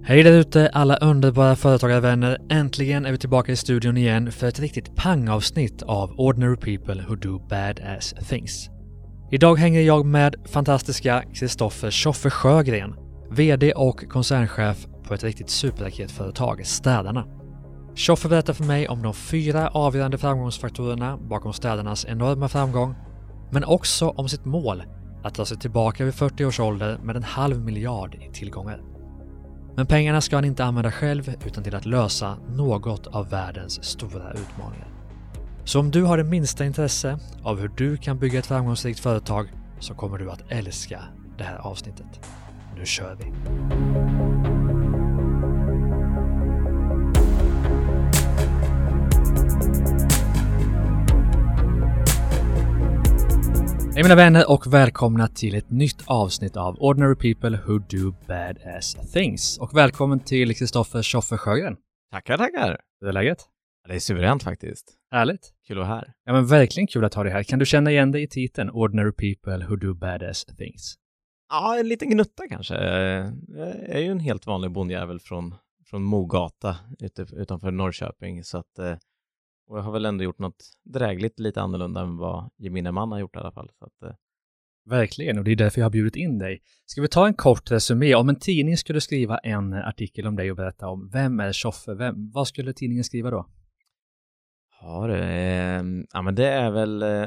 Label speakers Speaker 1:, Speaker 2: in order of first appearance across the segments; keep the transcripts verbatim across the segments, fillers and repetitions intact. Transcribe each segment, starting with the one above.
Speaker 1: Hej där ute alla underbara företagarvänner, äntligen är vi tillbaka i studion igen för ett riktigt pangavsnitt av Ordinary People Who Do Badass Things. Idag hänger jag med fantastiska Kristoffer Tjoffe Sjögren, V D och koncernchef på ett riktigt superraketföretag, Städarna. Tjoffe berättar för mig om de fyra avgörande framgångsfaktorerna bakom Städarnas enorma framgång, men också om sitt mål att ta sig tillbaka vid fyrtio års ålder med en halv miljard i tillgångar. Men pengarna ska han inte använda själv utan till att lösa något av världens stora utmaningar. Så om du har det minsta intresse av hur du kan bygga ett framgångsrikt företag så kommer du att älska det här avsnittet. Nu kör vi! Hej mina vänner och välkomna till ett nytt avsnitt av Ordinary People Who Do Badass Things. Och välkommen till Kristoffer Tjoffe Sjögren.
Speaker 2: Tackar, tackar.
Speaker 1: Hur är läget?
Speaker 2: Det är suveränt faktiskt.
Speaker 1: Härligt.
Speaker 2: Kul att vara här.
Speaker 1: Ja men verkligen kul att ha dig här. Kan du känna igen dig i titeln Ordinary People Who Do Badass Things?
Speaker 2: Ja, en liten gnutta kanske. Jag är ju en helt vanlig bondjävel från, från Mogata utanför Norrköping. Så att, och jag har väl ändå gjort något drägligt lite annorlunda än vad gemene man har gjort i alla fall. Så att,
Speaker 1: verkligen, och det är därför jag har bjudit in dig. Ska vi ta en kort resumé? Om en tidning skulle skriva en artikel om dig och berätta om vem är Tjoffe? Vem, vad skulle tidningen skriva då?
Speaker 2: Ja, det, eh, ja men det är väl eh,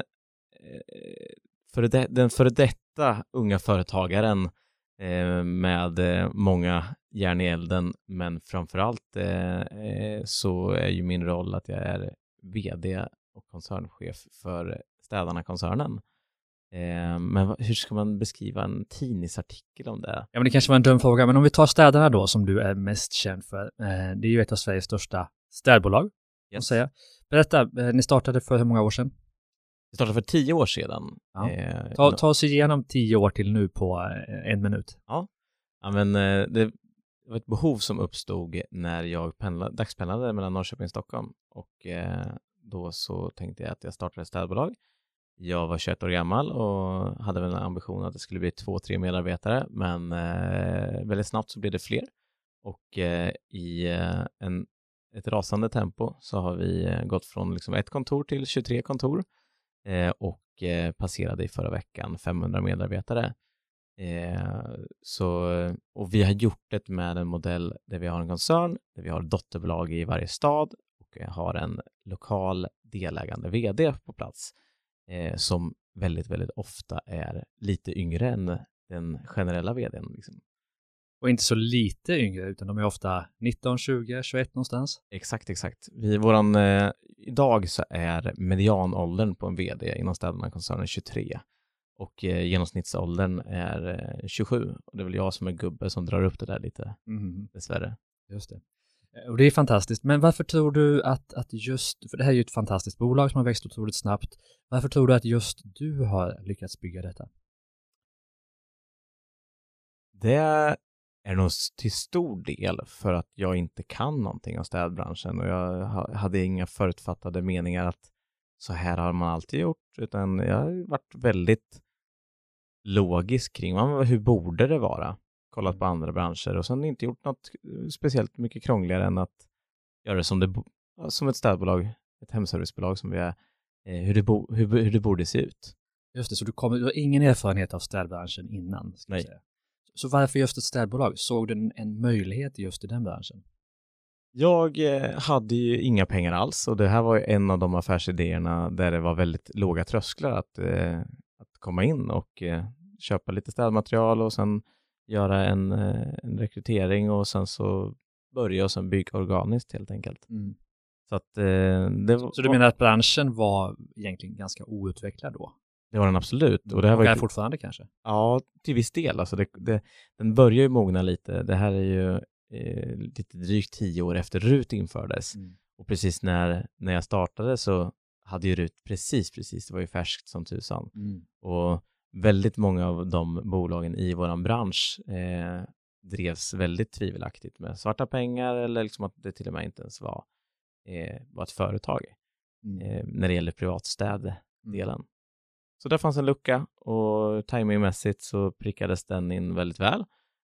Speaker 2: för det, den före detta unga företagaren eh, med eh, många järn i elden, men framförallt eh, så är ju min roll att jag är V D och koncernchef för Städarna-koncernen. Eh, men hur ska man beskriva en tidningsartikel om det?
Speaker 1: Ja men det kanske var en dum fråga, men om vi tar Städarna då som du är mest känd för. Eh, det är ju ett av Sveriges största städbolag. Yes. Säga. Berätta, ni startade för hur många år sedan?
Speaker 2: Vi startade för tio år sedan.
Speaker 1: Ja. Eh, ta, ta oss igenom tio år till nu på en minut.
Speaker 2: Ja, ja men eh, det var ett behov som uppstod när jag pendlade, dagspendlade mellan Norrköping och Stockholm. Och eh, då så tänkte jag att jag startade ett städbolag. Jag var tjugoett år gammal och hade väl en ambition att det skulle bli två, tre medarbetare. Men eh, väldigt snabbt så blev det fler. Och eh, i eh, en ett rasande tempo så har vi gått från liksom ett kontor till tjugotre kontor eh, och eh, passerade i förra veckan femhundra medarbetare. Eh, så, och vi har gjort det med en modell där vi har en koncern, där vi har dotterbolag i varje stad och har en lokal delägande V D på plats eh, som väldigt, väldigt ofta är lite yngre än den generella V D:n liksom.
Speaker 1: Och inte så lite yngre, utan de är ofta nitton, tjugo, tjugoett någonstans.
Speaker 2: Exakt, exakt. Vi, våran, eh, idag så är medianåldern på en V D inom Städarna-koncernen tjugotre. Och eh, genomsnittsåldern är eh, tjugosju. Och det är väl jag som är gubbe som drar upp det där lite, mm. dessvärre.
Speaker 1: Just det. Och det är fantastiskt. Men varför tror du att, att just, för det här är ju ett fantastiskt bolag som har växt otroligt snabbt. Varför tror du att just du har lyckats bygga detta?
Speaker 2: Det är nog till stor del för att jag inte kan någonting av städbranschen och jag hade inga förutfattade meningar att så här har man alltid gjort, utan jag har varit väldigt logisk kring hur borde det vara, kollat på andra branscher och sen inte gjort något speciellt mycket krångligare än att göra det som, det, som ett städbolag, ett hemservicebolag som vi är, hur det, bo, hur, hur det borde se ut.
Speaker 1: Just det, så du, kom, du har ingen erfarenhet av städbranschen innan? Ska
Speaker 2: Nej.
Speaker 1: Säga. Så varför just ett städbolag? Såg du en, en möjlighet just i den branschen?
Speaker 2: Jag eh, hade ju inga pengar alls och det här var ju en av de affärsidéerna där det var väldigt låga trösklar att, eh, att komma in och eh, köpa lite städmaterial och sen göra en, eh, en rekrytering och sen så börja och sen bygga organiskt helt enkelt. Mm. Så, att, eh, det var,
Speaker 1: så du menar att branschen var egentligen ganska outvecklad då?
Speaker 2: Det var den absolut.
Speaker 1: Och det här var ju fortfarande kanske?
Speaker 2: Ja, till viss del. Alltså det, det, den börjar ju mogna lite. Det här är ju eh, lite drygt tio år efter RUT infördes. Mm. Och precis när, när jag startade så hade ju RUT precis, precis. Det var ju färskt som tusan. Mm. Och väldigt många av de bolagen i våran bransch eh, drevs väldigt tvivelaktigt med svarta pengar eller liksom att det till och med inte ens var, eh, var ett företag mm. eh, när det gäller privatstäddelen. Mm. Så där fanns en lucka och timingmässigt så prickades den in väldigt väl.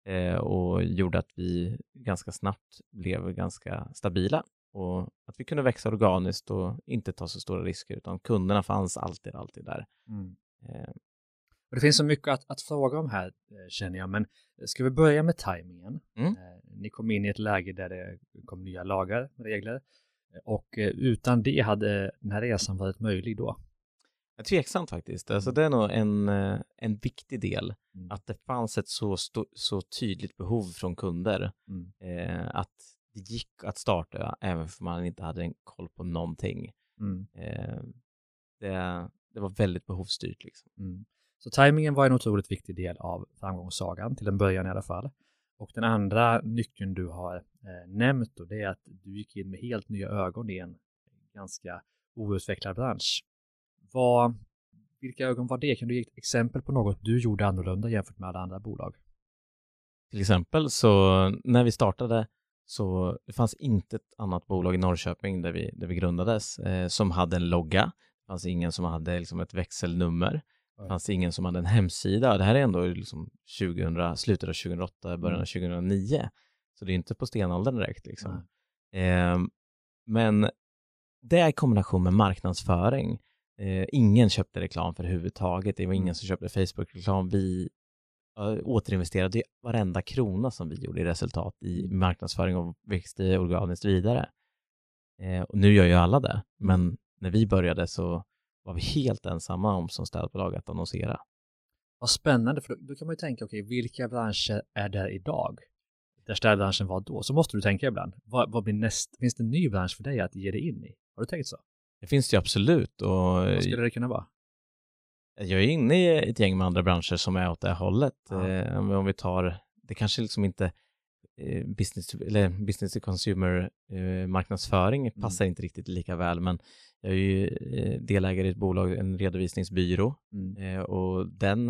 Speaker 2: eh, och gjorde att vi ganska snabbt blev ganska stabila och att vi kunde växa organiskt och inte ta så stora risker, utan kunderna fanns alltid, alltid där.
Speaker 1: Mm.
Speaker 2: Eh,
Speaker 1: Och det finns så mycket att, att fråga om här, känner jag, men ska vi börja med tajmingen?
Speaker 2: Mm.
Speaker 1: Eh, ni kom in i ett läge där det kom nya lagar, regler, och eh, utan det hade den här resan varit möjlig då.
Speaker 2: Jag är tveksamt faktiskt. Alltså det är nog en, en viktig del.
Speaker 1: Mm.
Speaker 2: Att det fanns ett så, sto, så tydligt behov från kunder.
Speaker 1: Mm.
Speaker 2: Eh, att det gick att starta även för man inte hade en koll på någonting.
Speaker 1: Mm.
Speaker 2: Eh, det, det var väldigt behovsstyrt liksom.
Speaker 1: Mm. Så tajmingen var en otroligt viktig del av framgångssagan, till en början i alla fall. Och den andra nyckeln du har eh, nämnt då, det är att du gick in med helt nya ögon i en ganska outvecklad bransch. Vad, vilka ögon var det? Kan du ge ett exempel på något du gjorde annorlunda jämfört med alla andra bolag?
Speaker 2: Till exempel så när vi startade så det fanns inte ett annat bolag i Norrköping där vi, där vi grundades eh, som hade en logga. Det fanns ingen som hade liksom ett växelnummer. Det fanns ingen som hade en hemsida. Det här är ändå liksom tjugohundra, slutet av tjugohundraåtta, början av tjugohundranio. Så det är inte på stenåldern direkt. Liksom. Eh, men det är i kombination med marknadsföring. Eh, ingen köpte reklam för huvudtaget. Det var ingen som köpte Facebook-reklam. Vi uh, återinvesterade i varenda krona som vi gjorde i resultat i marknadsföring och växte organiskt vidare. Eh, och nu gör ju alla det. Men när vi började så var vi helt ensamma om som städbolag att annonsera.
Speaker 1: Vad spännande, för då, då kan man ju tänka, okej, okay, vilka branscher är där idag? Där städbranschen var då. Så måste du tänka ibland. Vad, vad blir näst, finns det en ny bransch för dig att ge dig in i? Har du tänkt så?
Speaker 2: Det finns det ju absolut. Och
Speaker 1: vad skulle det kunna vara?
Speaker 2: Jag är inne i ett gäng med andra branscher som är åt det hållet.
Speaker 1: Ja.
Speaker 2: Eh, om vi tar, det kanske liksom inte eh, business to, eller business to consumer eh, marknadsföring mm. passar inte riktigt lika väl, men jag är ju eh, delägare i ett bolag, en redovisningsbyrå mm. eh, och den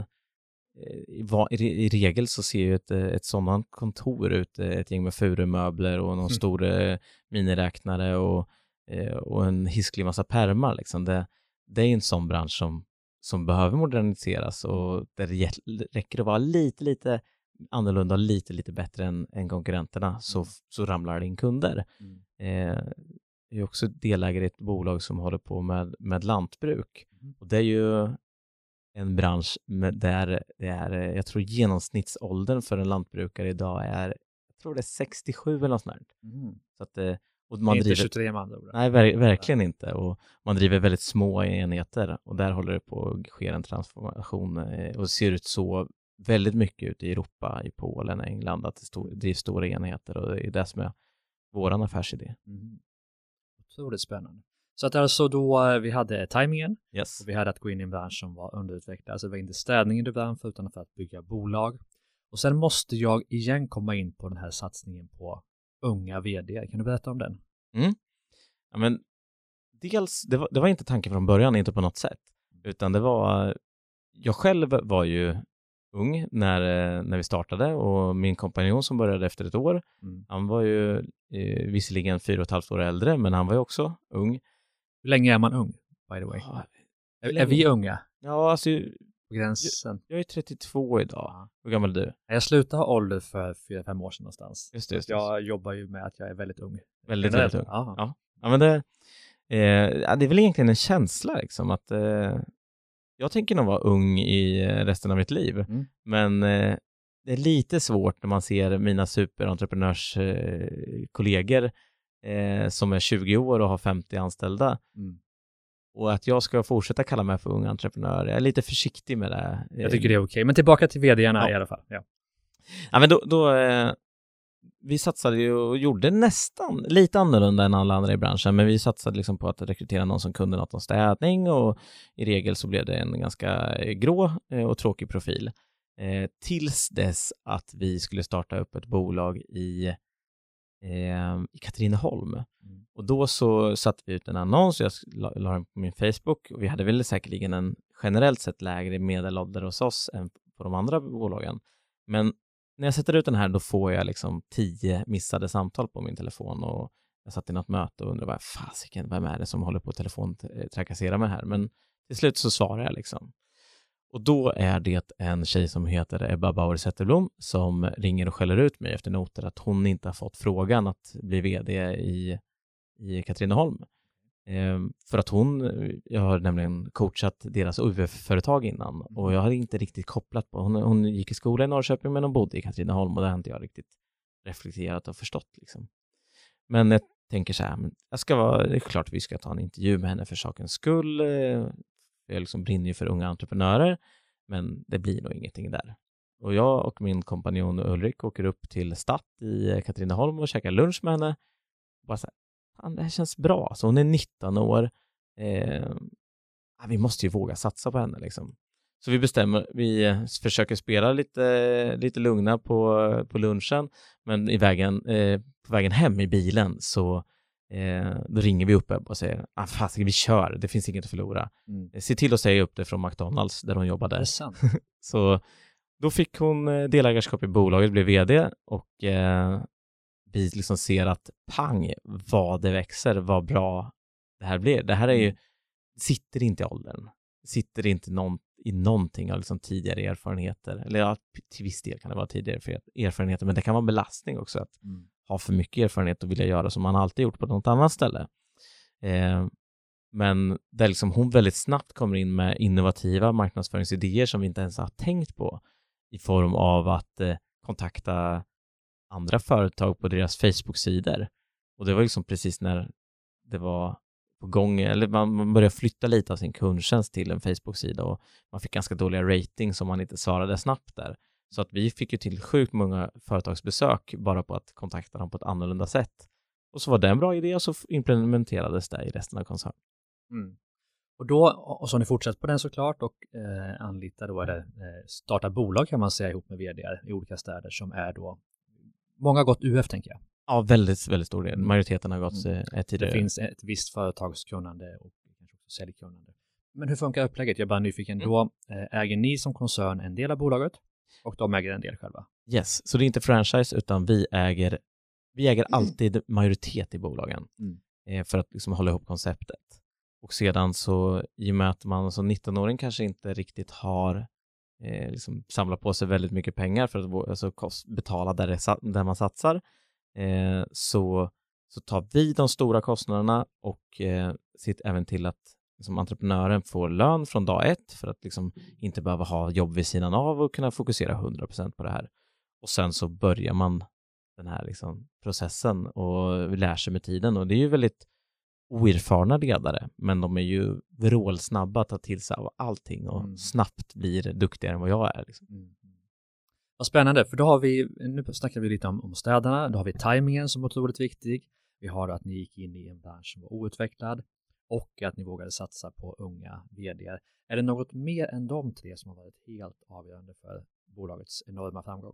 Speaker 2: eh, i, i regel så ser ju ett, ett sådant kontor ut, ett gäng med furumöbler och någon mm. stor eh, miniräknare och, eh, och en hisklig massa pärmar liksom. Det, det är en sån bransch som som behöver moderniseras och där det räcker att vara lite, lite annorlunda, lite, lite bättre än, än konkurrenterna så, så ramlar det in kunder. Mm. Eh, jag är också delägare i ett bolag som håller på med, med lantbruk. Mm. Och det är ju en bransch med där det är, jag tror genomsnittsåldern för en lantbrukare idag är, jag tror det är sextiosju eller något sånt. Mm. Så att eh, och man
Speaker 1: inte
Speaker 2: driver,
Speaker 1: tjugotre med andra ord.
Speaker 2: Nej, ver- verkligen inte. Och man driver väldigt små enheter och där håller det på att ske en transformation eh, och det ser ut så väldigt mycket ut i Europa, i Polen, England att det sto- drivs stora enheter och det är det som är våran affärsidé.
Speaker 1: Mm. Otroligt spännande. Så att alltså då vi hade tajmingen
Speaker 2: yes.
Speaker 1: och vi hade att gå in i en bransch som var underutvecklad. Alltså det var inte städningen du brann för utan för att bygga bolag. Och sen måste jag igen komma in på den här satsningen på unga vd. Kan du berätta om den?
Speaker 2: Mm. Ja, men dels, det var, det var inte tanken från början, inte på något sätt. Utan det var, jag själv var ju ung när, när vi startade och min kompanjon som började efter ett år, mm. han var ju eh, visserligen fyra och ett halvt år äldre, men han var ju också ung.
Speaker 1: Hur länge är man ung, by the way? Ja, är, är vi unga?
Speaker 2: Ja, alltså
Speaker 1: på gränsen.
Speaker 2: Jag, jag är trettiotvå idag. Ja. Hur gammal är du?
Speaker 1: Jag slutade ha ålder för fyra fem år sedan någonstans.
Speaker 2: Just det, just det.
Speaker 1: Jag jobbar ju med att jag är väldigt ung.
Speaker 2: Väldigt, väldigt ung. Ja. Ja. Ja, men det, eh, det är väl egentligen en känsla liksom att eh, jag tänker nog vara ung i resten av mitt liv. Mm. Men eh, det är lite svårt när man ser mina superentreprenörskollegor eh, eh, som är tjugo år och har femtio anställda. Mm. Och att jag ska fortsätta kalla mig för ung entreprenör. Jag är lite försiktig med det.
Speaker 1: Jag tycker det är okej. Men tillbaka till vdarna ja. I alla fall. Ja,
Speaker 2: ja men då, då eh, vi satsade ju och gjorde nästan lite annorlunda än alla andra i branschen. Men vi satsade liksom på att rekrytera någon som kunde något om städning. Och i regel så blev det en ganska grå eh, och tråkig profil. Eh, tills dess att vi skulle starta upp ett bolag i Eh, i Katrineholm. Mm. Och då så satte vi ut en annons och jag la, la den på min Facebook och vi hade väl säkerligen en generellt sett lägre medelålder hos oss än på de andra bolagen. Men när jag sätter ut den här då får jag liksom tio missade samtal på min telefon och jag satt i något möte och undrade vad fasiken, vem är det som håller på att telefon trakassera mig här? Men till slut så svarar jag liksom. Och då är det en tjej som heter Ebba Bauer Zetterblom som ringer och skäller ut mig efter noter att hon inte har fått frågan att bli vd i, i Katrineholm. Ehm, för att hon, jag har nämligen coachat deras U F-företag innan och jag hade inte riktigt kopplat på, hon, hon gick i skola i Norrköping men hon bodde i Katrineholm och det har inte jag riktigt reflekterat och förstått liksom. Men jag tänker så här, men jag ska vara, det är klart att vi ska ta en intervju med henne för sakens skull. Jag liksom brinner ju för unga entreprenörer, men det blir nog ingenting där. Och jag och min kompanjon Ulrik åker upp till Stadt i Katrineholm och käkar lunch med henne. Och bara så här, det här känns bra. Så hon är nitton år. Eh, vi måste ju våga satsa på henne liksom. Så vi bestämmer, vi försöker spela lite, lite lugna på, på lunchen, men i vägen, eh, på vägen hem i bilen så eh, då ringer vi upp och säger, ah, fast vi kör, det finns inget att förlora. Mm. Se till att säga upp det från McDonalds där hon jobbade.
Speaker 1: Det är sant.
Speaker 2: Så då fick hon delägarskap i bolaget, blev vd och eh, vi liksom ser att pang, vad det växer, vad bra det här blir. Det här är ju, sitter inte i åldern, sitter inte någon i någonting av liksom tidigare erfarenheter. Eller ja, till viss del kan det vara tidigare erfarenheter, men det kan vara en belastning också att mm. ha för mycket erfarenhet och vilja göra som man alltid gjort på något annat ställe. Eh, men där liksom hon väldigt snabbt kommer in med innovativa marknadsföringsidéer som vi inte ens har tänkt på i form av att eh, kontakta andra företag på deras Facebook-sidor. Och det var liksom precis när det var på gång, eller man började flytta lite av sin kundtjänst till en Facebook-sida och man fick ganska dåliga rating som man inte svarade snabbt där. Så att vi fick ju till sjukt många företagsbesök bara på att kontakta dem på ett annorlunda sätt. Och så var det en bra idé och så implementerades det i resten av koncernen.
Speaker 1: Mm. Och då, och så har ni fortsatt på den såklart och eh, anlitar då, eller eh, starta bolag kan man säga ihop med vd:ar i olika städer som är då, många har gått U F tänker jag.
Speaker 2: Ja, väldigt, väldigt stor del. Majoriteten har gått mm. ett tidigare.
Speaker 1: Det finns ett visst företagskunnande och kanske också säljkunnande. Men hur funkar upplägget? Jag är bara nyfiken. Mm. Då äger ni som koncern en del av bolaget och de äger en del själva.
Speaker 2: Yes, så det är inte franchise utan vi äger, vi äger mm. alltid majoritet i bolagen mm. eh, för att liksom hålla ihop konceptet. Och sedan så, i och med att man som nitton-åring kanske inte riktigt har eh, liksom samlat på sig väldigt mycket pengar för att alltså, kost, betala där, det, där man satsar, Eh, så, så tar vi de stora kostnaderna och eh, sitter även till att liksom, entreprenören får lön från dag ett för att liksom, inte behöva ha jobb vid sidan av och kunna fokusera hundra procent på det här. Och sen så börjar man den här liksom, processen och lär sig med tiden och det är ju väldigt oerfarna ledare men de är ju vrålsnabba att ta till sig av allting och mm. snabbt blir duktigare än vad jag är. Liksom.
Speaker 1: Mm. Vad spännande, för då har vi, nu snackar vi lite om, om städerna, då har vi tajmingen som är otroligt viktig, vi har att ni gick in i en bransch som var outvecklad och att ni vågade satsa på unga vd:ar. Är det något mer än de tre som har varit helt avgörande för bolagets enorma framgång?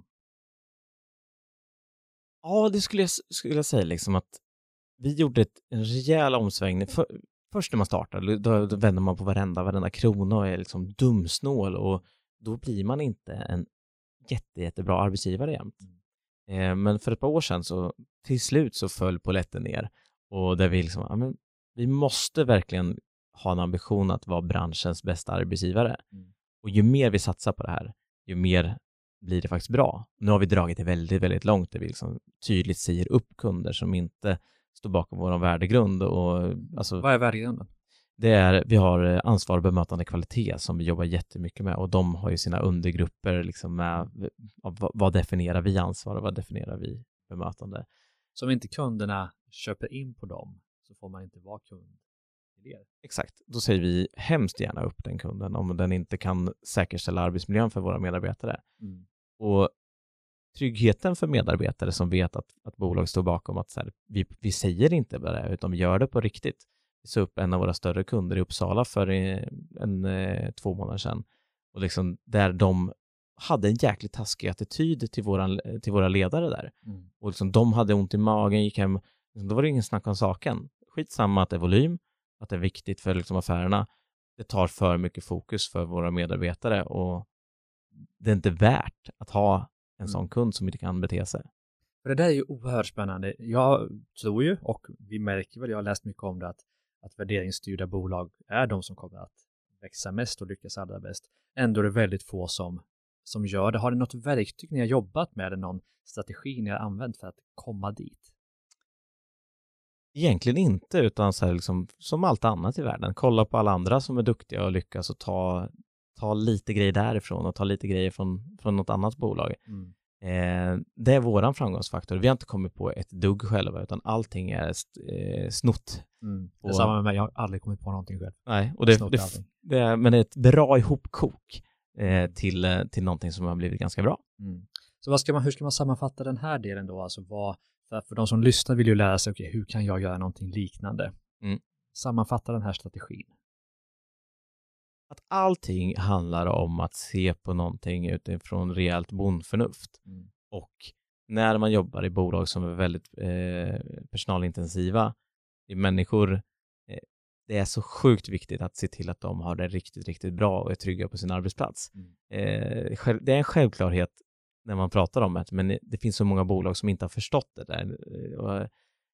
Speaker 2: Ja, det skulle jag, skulle jag säga liksom att vi gjorde ett, en rejäl omsvängning. För, först när man startade, då, då vänder man på varenda, varenda krona och är liksom dumsnål och då blir man inte en jätte, jättebra arbetsgivare jämt. Mm. Eh, men för ett par år sedan så till slut så föll polletten ner och där vi liksom, ja, men vi måste verkligen ha en ambition att vara branschens bästa arbetsgivare. Mm. Och ju mer vi satsar på det här, ju mer blir det faktiskt bra. Nu har vi dragit det väldigt, väldigt långt där vi liksom tydligt säger upp kunder som inte står bakom vår värdegrund. Och, alltså,
Speaker 1: vad är värdegrunden?
Speaker 2: Det är, vi har ansvar och bemötande kvalitet som vi jobbar jättemycket med och de har ju sina undergrupper liksom med vad, vad definierar vi ansvar och vad definierar vi bemötande.
Speaker 1: Så om inte kunderna köper in på dem så får man inte vara kund till er.
Speaker 2: Exakt, då säger vi hemskt gärna upp den kunden om den inte kan säkerställa arbetsmiljön för våra medarbetare. Mm. Och tryggheten för medarbetare som vet att, att bolag står bakom att så här, vi, vi säger inte bara det utan vi gör det på riktigt. Vi såg upp en av våra större kunder i Uppsala för en, en, två månader sedan. Och liksom där de hade en jäkligt taskig attityd till, våran, till våra ledare där. Mm. Och liksom de hade ont i magen, gick hem. Då var det ingen snack om saken. Skitsamma att det är volym, att det är viktigt för liksom affärerna. Det tar för mycket fokus för våra medarbetare och det är inte värt att ha en mm. sån kund som inte kan bete sig.
Speaker 1: För det där är ju oerhört spännande. Jag tror ju, och vi märker väl, jag har läst mycket om det, att, att värderingsstyrda bolag är de som kommer att växa mest och lyckas allra bäst. Ändå är det väldigt få som, som gör det. Har ni något verktyg ni har jobbat med eller någon strategi ni har använt för att komma dit?
Speaker 2: Egentligen inte, utan så här liksom, som allt annat i världen. Kolla på alla andra som är duktiga och lyckas och ta, ta lite grejer därifrån och ta lite grejer från, från något annat bolag.
Speaker 1: Mm.
Speaker 2: Eh, det är våran framgångsfaktor. Vi har inte kommit på ett dugg själva, utan allting är eh, snott.
Speaker 1: Mm. Det är
Speaker 2: och,
Speaker 1: samma med mig, jag har aldrig kommit på någonting själv.
Speaker 2: Nej, och det, det, det är, men det är ett bra ihopkok eh, till, till någonting som har blivit ganska bra.
Speaker 1: Mm. Så vad ska man, hur ska man sammanfatta den här delen då? Alltså vad, för, för de som lyssnar vill ju lära sig, okej, okay, hur kan jag göra någonting liknande?
Speaker 2: Mm.
Speaker 1: Sammanfatta den här strategin.
Speaker 2: Att allting handlar om att se på någonting utifrån rejält bondförnuft.
Speaker 1: Mm.
Speaker 2: Och när man jobbar i bolag som är väldigt eh, personalintensiva, i människor, eh, det är så sjukt viktigt att se till att de har det riktigt, riktigt bra och är trygga på sin arbetsplats. Mm. Eh, själv, det är en självklarhet när man pratar om det, men det finns så många bolag som inte har förstått det där. Och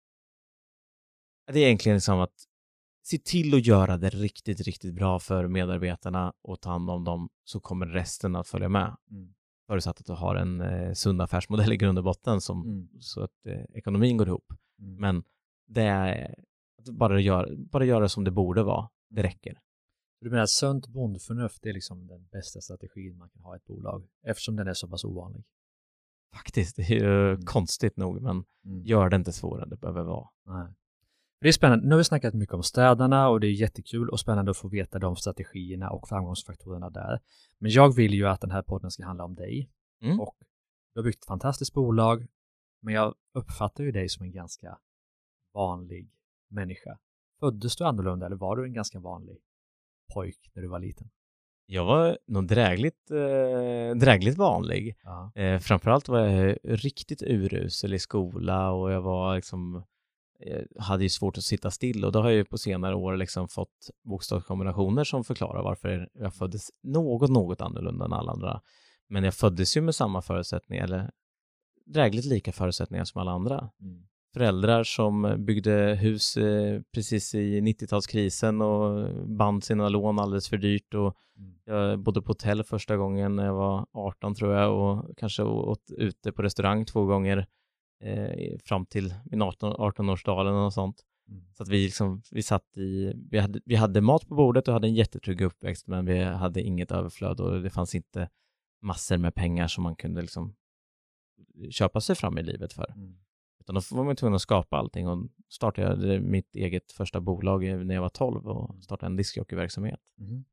Speaker 2: det är egentligen som att se till att göra det riktigt, riktigt bra för medarbetarna och ta hand om dem, så kommer resten att följa med. Mm. Förutsatt att du har en eh, sund affärsmodell i grund och botten som, mm. så att eh, ekonomin går ihop. Mm. Men det är att bara göra, bara göra som det borde vara. Det räcker.
Speaker 1: Du menar att sunt bondförnuft är liksom den bästa strategin man kan ha i ett bolag, eftersom den är så pass ovanlig?
Speaker 2: Faktiskt, det är ju mm. konstigt nog, men mm. gör det inte svårare det behöver vara.
Speaker 1: Nej. Det är spännande. Nu har vi snackat mycket om städarna och det är jättekul och spännande att få veta de strategierna och framgångsfaktorerna där. Men jag vill ju att den här podden ska handla om dig. Mm. Och du har byggt ett fantastiskt bolag, men jag uppfattar ju dig som en ganska vanlig människa. Föddes du annorlunda eller var du en ganska vanlig pojk när du var liten?
Speaker 2: Jag var nog drägligt, eh, drägligt vanlig. Ja. Eh, framförallt var jag riktigt urusel i skola och jag var liksom, jag hade ju svårt att sitta still, och då har jag ju på senare år liksom fått bokstavskombinationer som förklarar varför jag föddes något, något annorlunda än alla andra. Men jag föddes ju med samma förutsättningar, eller drägligt lika förutsättningar som alla andra. Mm. Föräldrar som byggde hus eh, precis i nittiotalskrisen och band sina lån alldeles för dyrt, och mm. jag bodde på hotell första gången när jag var arton tror jag, och kanske åt ute på restaurang två gånger eh, fram till min arton-årsdagen och sånt. Mm. Så att vi liksom, vi satt i, vi hade, vi hade mat på bordet och hade en jättetrygg uppväxt, men vi hade inget överflöd och det fanns inte massor med pengar som man kunde liksom köpa sig fram i livet för. Mm. Utan då var man tvungen att skapa allting, och startade mitt eget första bolag när jag var tolv och startade en diskjockeyverksamhet. Mm.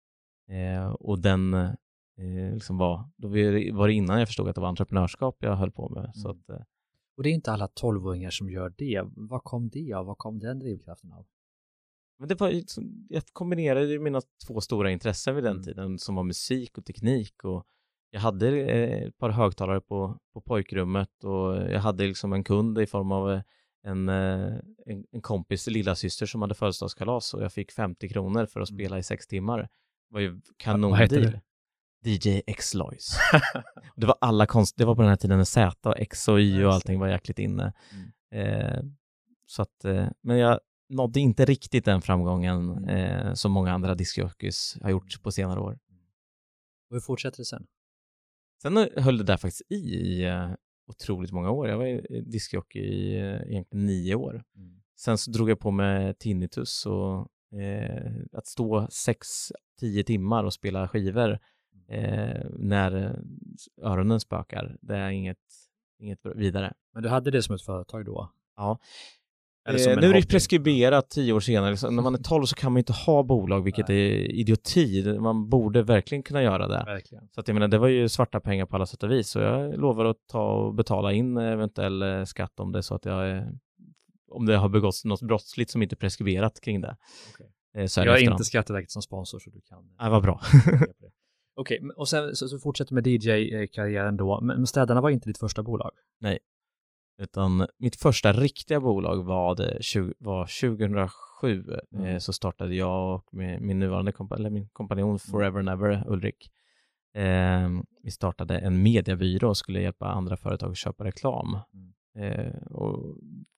Speaker 2: Eh, och den eh, liksom var, då var det innan jag förstod att det var entreprenörskap jag höll på med. Mm. Så att, eh,
Speaker 1: och det är inte alla tolvåringar som gör det. Vad kom det av? Vad kom den drivkraften av?
Speaker 2: Men det var, jag kombinerade mina två stora intressen vid den mm. tiden, som var musik och teknik, och jag hade ett par högtalare på, på pojkrummet, och jag hade liksom en kund i form av en, en, en kompis lilla syster som hade födelsedagskalas, och jag fick femtio kronor för att spela i sex timmar. Det var ju kanondeal. D J X-Lois. Det var alla konst, det var på den här tiden när Z och X och Y och allting var jäkligt inne. Mm. Eh, så att, eh, men jag nådde inte riktigt den framgången eh, som många andra diskjockeys har gjort på senare år.
Speaker 1: Och hur fortsätter det sen?
Speaker 2: Sen höll det där faktiskt i, i uh, otroligt många år. Jag var i diskjockey i uh, egentligen nio år. Mm. Sen så drog jag på med tinnitus, och eh, att stå sex, tio timmar och spela skivor eh, när öronen spökar, det är inget, inget vidare.
Speaker 1: Men du hade det som ett företag då?
Speaker 2: Ja. Eh, nu är det preskriberat tio år senare. Så när man är tolv så kan man inte ha bolag, vilket Nej. är idioti. Man borde verkligen kunna göra det.
Speaker 1: Verkligen.
Speaker 2: Så att jag menar, det var ju svarta pengar på alla sätt och vis. Så jag lovar att ta och betala in eventuell skatt om det är så att jag är, om det har begåtts något brottsligt som inte är preskriberat kring det.
Speaker 1: Okay. Så är jag är inte Skatteverket som sponsor, så du kan...
Speaker 2: Nej, vad bra.
Speaker 1: Okej, okay, och sen så, så fortsätter med D J-karriären då. Men Städarna var inte ditt första bolag?
Speaker 2: Nej. Utan mitt första riktiga bolag var, det, var tjugohundrasju. Mm. Eh, så startade jag och min, min nuvarande kompa, eller min kompanjon Forever and Ever, Ulrik. Eh, vi startade en mediebyrå och skulle hjälpa andra företag att köpa reklam. Mm. Eh, och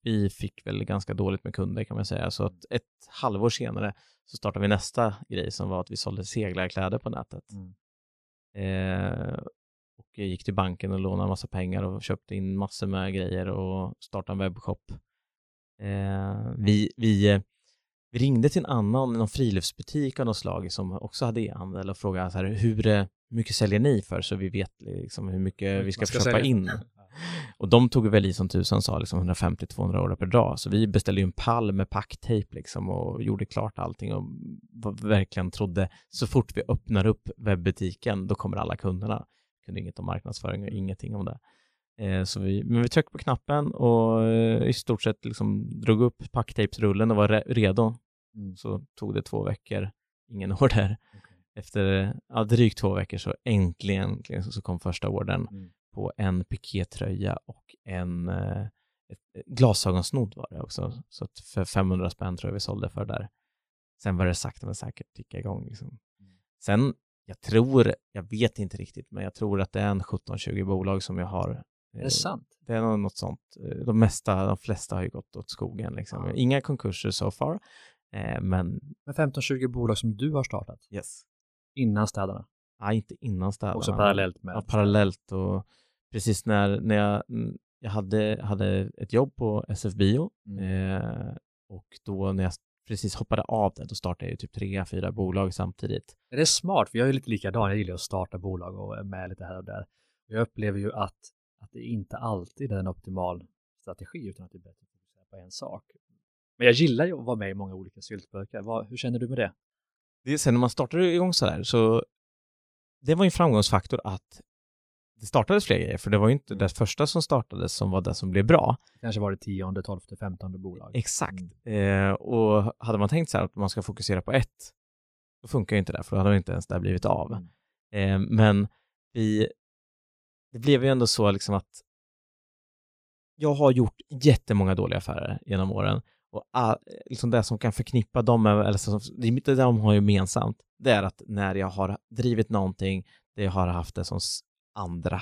Speaker 2: vi fick väl ganska dåligt med kunder kan man säga. Så att ett halvår senare så startade vi nästa grej som var att vi sålde seglarkläder på nätet. Mm. Eh, och jag gick till banken och lånade en massa pengar och köpte in massor med grejer och startade en webbshop. Eh, vi, vi, vi ringde till en annan, någon friluftsbutik av något slag som också hade e-handel och frågade så här, hur mycket säljer ni för så vi vet liksom hur mycket vi ska, ska köpa in. Och de tog väl i som tusan sa liksom hundrafemtio till tvåhundra euro per dag. Så vi beställde ju en pall med packtejp liksom och gjorde klart allting och verkligen trodde så fort vi öppnar upp webbutiken då kommer alla kunderna. Kunde inget om marknadsföring och ingenting om det. Eh, så vi, men vi tryckte på knappen och eh, i stort sett liksom drog upp packtejpsrullen och var re- redo. Mm. Så tog det två veckor, ingen order. Okay. Efter ja, drygt två veckor så äntligen så kom första ordern. Mm. På en pikétröja och en eh, ett glasögonsnodd var det också. Så att för femhundra spänn tror jag vi sålde för där. Sen var det sakta men säkert ticka igång. Liksom. Mm. Sen, jag tror, jag vet inte riktigt, men jag tror att det är en sjutton tjugo bolag som jag har.
Speaker 1: Eh, är det sant?
Speaker 2: Det är något sånt. De mesta, de flesta har ju gått åt skogen. Liksom. Ja. Inga konkurser so far. Eh, men
Speaker 1: men femton tjugo bolag som du har startat?
Speaker 2: Yes.
Speaker 1: Innan städerna?
Speaker 2: Nej, inte innan städerna.
Speaker 1: Också parallellt med?
Speaker 2: Ja, parallellt och precis när, när jag, jag hade, hade ett jobb på S F Bio mm. eh, och då när jag precis hoppade av det, då startade jag ju typ tre, fyra bolag samtidigt.
Speaker 1: Det är smart, för jag är lite likadan. Jag gillar att starta bolag och är med lite här och där. Jag upplever ju att, att det inte alltid är en optimal strategi utan att det är bättre att fokusera på en sak. Men jag gillar ju att vara med i många olika syltburkar. Vad, hur känner du med det?
Speaker 2: Det är sen när man startade igång så där, så det var en framgångsfaktor att det startades fler grejer, för det var ju inte det första som startades som var det som blev bra.
Speaker 1: Kanske var det tionde, tolfte, femtonde bolag.
Speaker 2: Exakt. Mm. Eh, och hade man tänkt så här att man ska fokusera på ett, då funkar ju inte det, för då hade inte ens det blivit av. Mm. Eh, men vi, det blev ju ändå så liksom att jag har gjort jättemånga dåliga affärer genom åren. Och all, liksom det som kan förknippa dem, eller som, det de har gemensamt, det är att när jag har drivit någonting, det jag har haft det som andra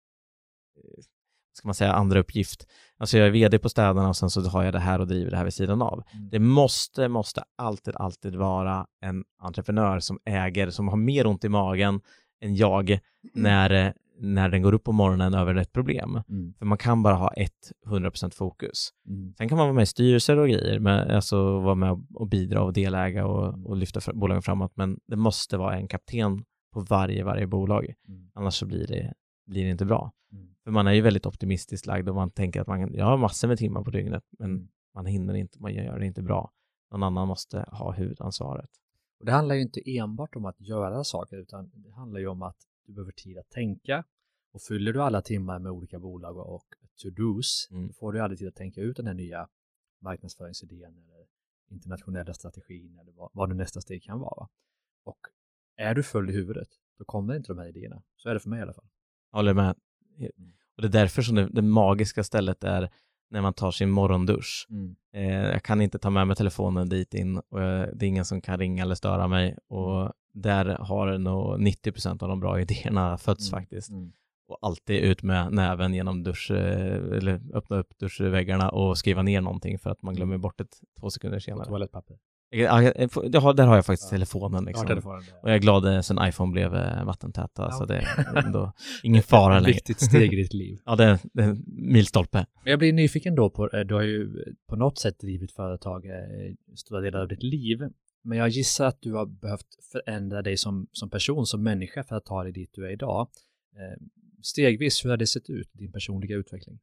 Speaker 2: ska man säga andra uppgift. Alltså jag är vd på städerna och sen så har jag det här och driver det här vid sidan av. Mm. Det måste, måste alltid, alltid vara en entreprenör som äger, som har mer ont i magen än jag mm. när, när den går upp på morgonen över ett problem. Mm. För man kan bara ha ett hundra procent fokus. Mm. Sen kan man vara med i styrelser och grejer, men alltså vara med och bidra och deläga och, mm. och lyfta bolagen framåt. Men det måste vara en kapten på varje, varje bolag. Mm. Annars så blir det, blir det inte bra. Mm. För man är ju väldigt optimistiskt lagd och man tänker att man kan, jag har massor med timmar på dygnet, men mm. man hinner inte, man gör det inte bra. Någon annan måste ha huvudansvaret.
Speaker 1: Och det handlar ju inte enbart om att göra saker, utan det handlar ju om att du behöver tid att tänka. Och fyller du alla timmar med olika bolag och to-dos, mm. då får du aldrig tid att tänka ut den här nya marknadsföringsidén eller internationella strategin eller vad, vad det nästa steg kan vara. Och är du full i huvudet, då kommer inte de här idéerna. Så är det för mig i alla fall.
Speaker 2: Jag håller med. Och det är därför som det, det magiska stället är när man tar sin morgondusch. Mm. Eh, jag kan inte ta med mig telefonen dit in och jag, det är ingen som kan ringa eller störa mig. Och mm. där har nog nittio procent av de bra idéerna fötts mm. faktiskt. Mm. Och alltid ut med näven genom dusch, eller öppna upp duschväggarna och skriva ner någonting för att man glömmer bort det två sekunder senare. Och
Speaker 1: toalettpapper.
Speaker 2: Ja, jag har, där har jag faktiskt ja. telefonen liksom.
Speaker 1: Ja, telefonen, ja.
Speaker 2: Och jag är glad sen iPhone blev vattentäta ja. Så det är ändå ingen fara längre.
Speaker 1: Viktigt steg i ditt liv.
Speaker 2: Ja, det är, det är en milstolpe.
Speaker 1: Men jag blir nyfiken då på, du har ju på något sätt drivit företag stora delar av ditt liv. Men jag gissar att du har behövt förändra dig som, som person, som människa för att ta dig dit du är idag. Stegvis, hur har det sett ut, din personliga utveckling?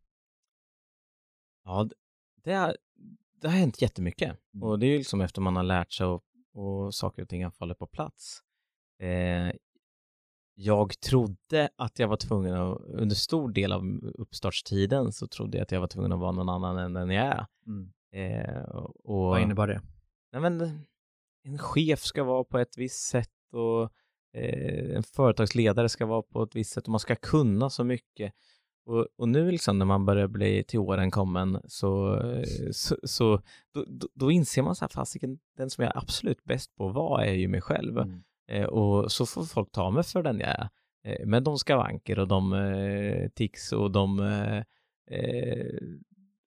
Speaker 2: Ja, det är Det har hänt jättemycket. Mm. Och det är ju liksom efter man har lärt sig och, och saker och ting har fallit på plats. Eh, jag trodde att jag var tvungen att, under stor del av uppstartstiden så trodde jag att jag var tvungen att vara någon annan än den jag är. Mm. Eh, och,
Speaker 1: Vad innebär det?
Speaker 2: Nej, men, en chef ska vara på ett visst sätt och eh, en företagsledare ska vara på ett visst sätt och man ska kunna så mycket. Och, och nu liksom när man börjar bli till åren kommen så, så, så då, då inser man så här, fasiken, den som jag är absolut bäst på vad är ju mig själv. Mm. Eh, och så får folk ta mig för den jag är. Eh, med de skavanker och de eh, tics och de eh,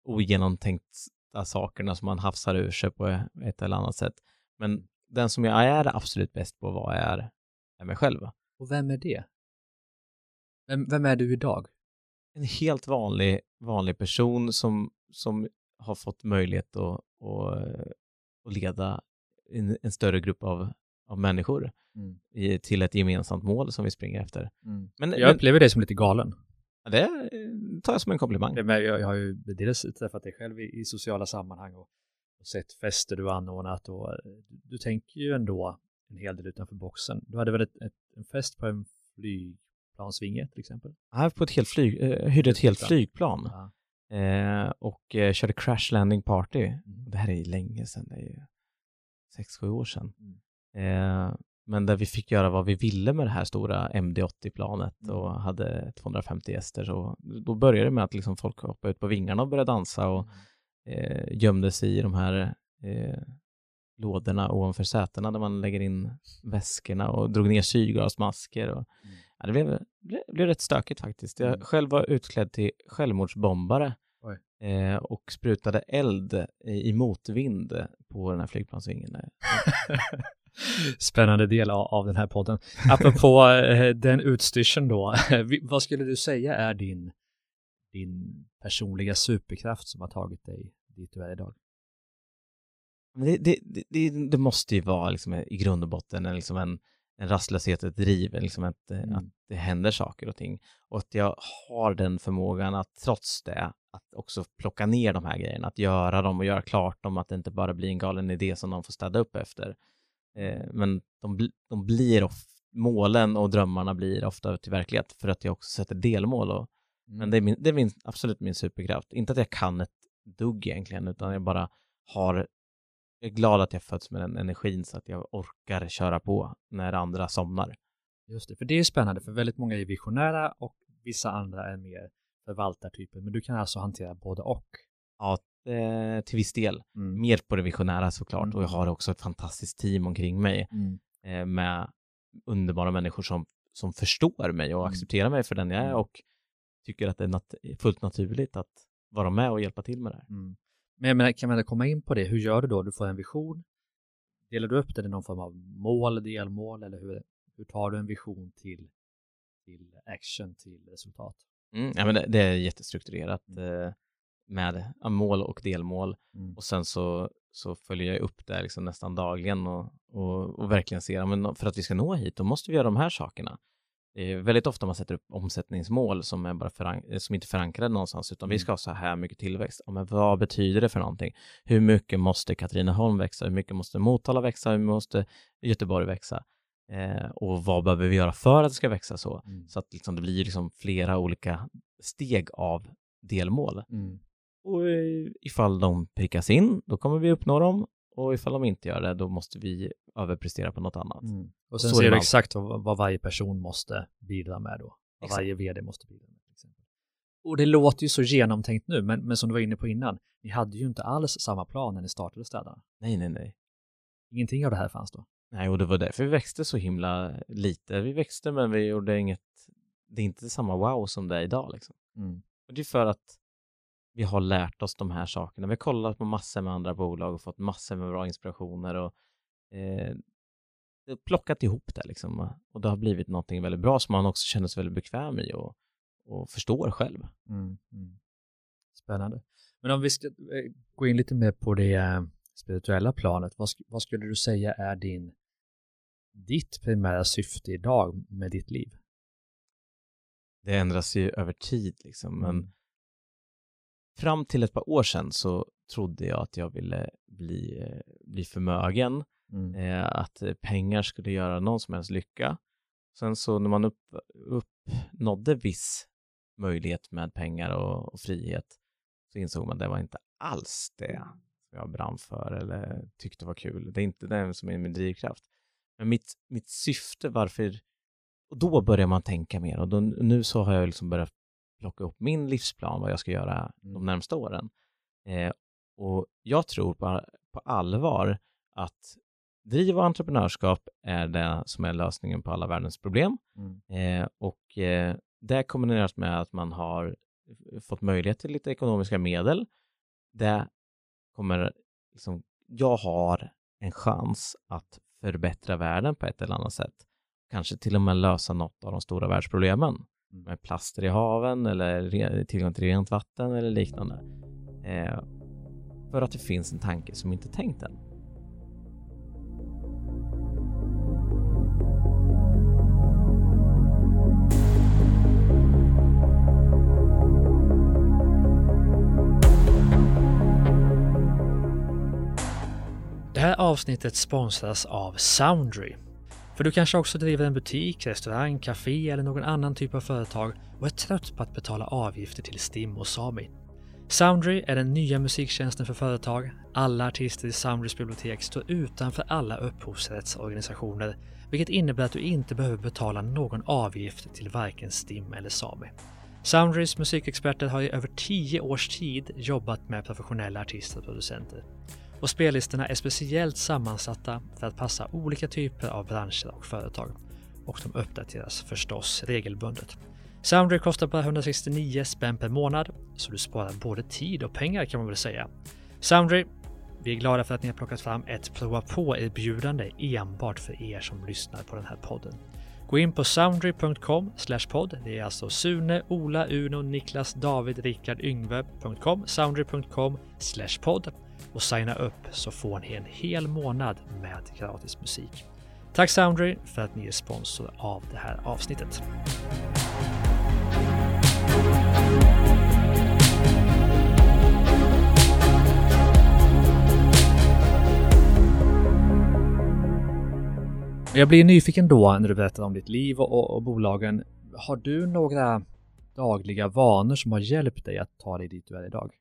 Speaker 2: ogenomtänkta sakerna som man hafsar ur sig på ett eller annat sätt. Men den som jag är absolut bäst på vad är, är mig själv.
Speaker 1: Och vem är det? Vem, vem är du idag?
Speaker 2: En helt vanlig, vanlig person som, som har fått möjlighet att, att, att leda en, en större grupp av, av människor mm. i, till ett gemensamt mål som vi springer efter.
Speaker 1: Mm. Men, jag men, upplever det som lite galen.
Speaker 2: Det tar jag som en komplimang.
Speaker 1: Det, men jag, jag har ju dels träffat dig själv i, i sociala sammanhang och, och sett fester du anordnat och du, du tänker ju ändå en hel del utanför boxen. Du hade väl ett, ett, en fest på en flygplansvinge till exempel?
Speaker 2: Ja, på ett helt flyg, eh, hyrde ett helt flygplan. Ja. Eh, och eh, körde crash landing party. Mm. Det här är länge sedan, det är ju sex sju år sedan. Mm. Eh, men där vi fick göra vad vi ville med det här stora M D åttio-planet mm. och hade tvåhundrafemtio gäster. Så då började det med att liksom folk hoppade ut på vingarna och började dansa och eh, gömde sig i de här eh, lådorna ovanför sätena där man lägger in väskorna och drog ner syrgasmasker. Och, mm. ja, det blev, blev, blev rätt stökigt faktiskt. Jag själv var utklädd till självmordsbombare eh, och sprutade eld i motvind på den här flygplansvingen.
Speaker 1: Spännande del av, av den här podden. Apropå eh, den utstyrseln då, vad skulle du säga är din, din personliga superkraft som har tagit dig dit du är idag?
Speaker 2: Det, det, det, det måste ju vara liksom i grund och botten liksom en, en rastlöshet, ett driv, liksom ett, mm. att det händer saker och ting. Och att jag har den förmågan att trots det, att också plocka ner de här grejerna, att göra dem och göra klart dem, att det inte bara blir en galen idé som de får städa upp efter. Eh, men de, de blir ofta, målen och drömmarna blir ofta till verklighet för att jag också sätter delmål. Och, mm. Men det är, min, det är min, absolut min superkraft. Inte att jag kan ett dugg egentligen, utan jag bara har... Jag är glad att jag föds med den energin så att jag orkar köra på när andra somnar.
Speaker 1: Just det, för det är spännande för väldigt många är visionära och vissa andra är mer förvaltartyper. Men du kan alltså hantera både och.
Speaker 2: Ja, eh, till viss del. Mm. Mer på det visionära såklart. Mm. Och jag har också ett fantastiskt team omkring mig mm. eh, med underbara människor som, som förstår mig och mm. accepterar mig för den jag är och tycker att det är nat- fullt naturligt att vara med och hjälpa till med det här.
Speaker 1: Mm. Men jag menar, kan man komma in på det? Hur gör du då? Du får en vision. Delar du upp det i någon form av mål, delmål eller hur, hur tar du en vision till, till action, till resultat?
Speaker 2: Mm, ja, men det, det är jättestrukturerat mm. med mål och delmål. Mm. Och sen så, så följer jag upp det liksom nästan dagligen och, och, och verkligen ser men för att vi ska nå hit, då måste vi göra de här sakerna. Det är väldigt ofta man sätter upp omsättningsmål som, är bara förank- som inte är förankrade någonstans utan mm. vi ska ha så här mycket tillväxt. Ja, men vad betyder det för någonting? Hur mycket måste Katrineholm växa? Hur mycket måste Motala växa? Hur mycket måste Göteborg växa? Eh, och vad behöver vi göra för att det ska växa så? Mm. Så att liksom, det blir liksom flera olika steg av delmål. Mm. Och ifall de prickas in, då kommer vi uppnå dem. Och ifall de inte gör det, då måste vi överprestera på något annat. Mm.
Speaker 1: Och sen så ser du exakt vad, vad varje person måste bidra med då. Vad exakt. Varje vd måste bidra med till exempel. Och det låter ju så genomtänkt nu, men, men som du var inne på innan, ni hade ju inte alls samma plan när ni startade städerna.
Speaker 2: Nej, nej, nej.
Speaker 1: Ingenting av det här fanns då.
Speaker 2: Nej, och det var därför vi växte så himla lite. Vi växte, men vi gjorde inget, det är inte samma wow som det är idag liksom. Mm. Och det är för att vi har lärt oss de här sakerna. Vi har kollat på massor med andra bolag och fått massor med bra inspirationer och eh, plockat ihop det liksom. Och det har blivit någonting väldigt bra som man också känner sig väldigt bekväm i och, och förstår själv. Mm, mm.
Speaker 1: Spännande. Men om vi ska gå in lite mer på det spirituella planet, vad, sk- vad skulle du säga är din ditt primära syfte idag med ditt liv?
Speaker 2: Det ändras ju över tid liksom, men mm. fram till ett par år sedan så trodde jag att jag ville bli, bli förmögen. Mm. Eh, att pengar skulle göra någon som helst lycka. Sen så när man upp, uppnådde viss möjlighet med pengar och, och frihet så insåg man att det var inte alls det som jag brann för eller tyckte var kul. Det är inte det som är min drivkraft. Men mitt, mitt syfte varför... Och då börjar man tänka mer. Och då, nu så har jag liksom börjat plocka upp min livsplan, vad jag ska göra mm. de närmsta åren. Eh, och jag tror på, på allvar att driv och entreprenörskap är det som är lösningen på alla världens problem. Mm. Eh, och eh, det kombineras med att man har fått möjlighet till lite ekonomiska medel det kommer liksom, jag har en chans att förbättra världen på ett eller annat sätt. Kanske till och med lösa något av de stora världsproblemen. Med plaster i haven eller re- tillgång till rent vatten eller liknande. Eh, för att det finns en tanke som inte tänkt än.
Speaker 1: Det här avsnittet sponsras av Soundry. För du kanske också driver en butik, restaurang, café eller någon annan typ av företag och är trött på att betala avgifter till Stim och Sami. Soundry är den nya musiktjänsten för företag. Alla artister i Soundrys bibliotek står utanför alla upphovsrättsorganisationer, vilket innebär att du inte behöver betala någon avgift till varken Stim eller Sami. Soundrys musikexperter har i över tio års tid jobbat med professionella artister och producenter. Och spellistorna är speciellt sammansatta för att passa olika typer av branscher och företag. Och de uppdateras förstås regelbundet. Soundry kostar bara hundrasextionio spänn per månad, så du sparar både tid och pengar kan man väl säga. Soundry, vi är glada för att ni har plockat fram ett prova på-erbjudande enbart för er som lyssnar på den här podden. Gå in på soundry punkt com slash podd. Det är alltså Sune, Ola, Uno, Niklas, David, Rickard, Yngve punkt com, soundry punkt com slash podd. Och signa upp så får ni en hel månad med gratis musik. Tack Soundry för att ni är sponsor av det här avsnittet. Jag blir nyfiken då när du berättar om ditt liv och, och, och bolagen. Har du några dagliga vanor som har hjälpt dig att ta dig dit du är idag?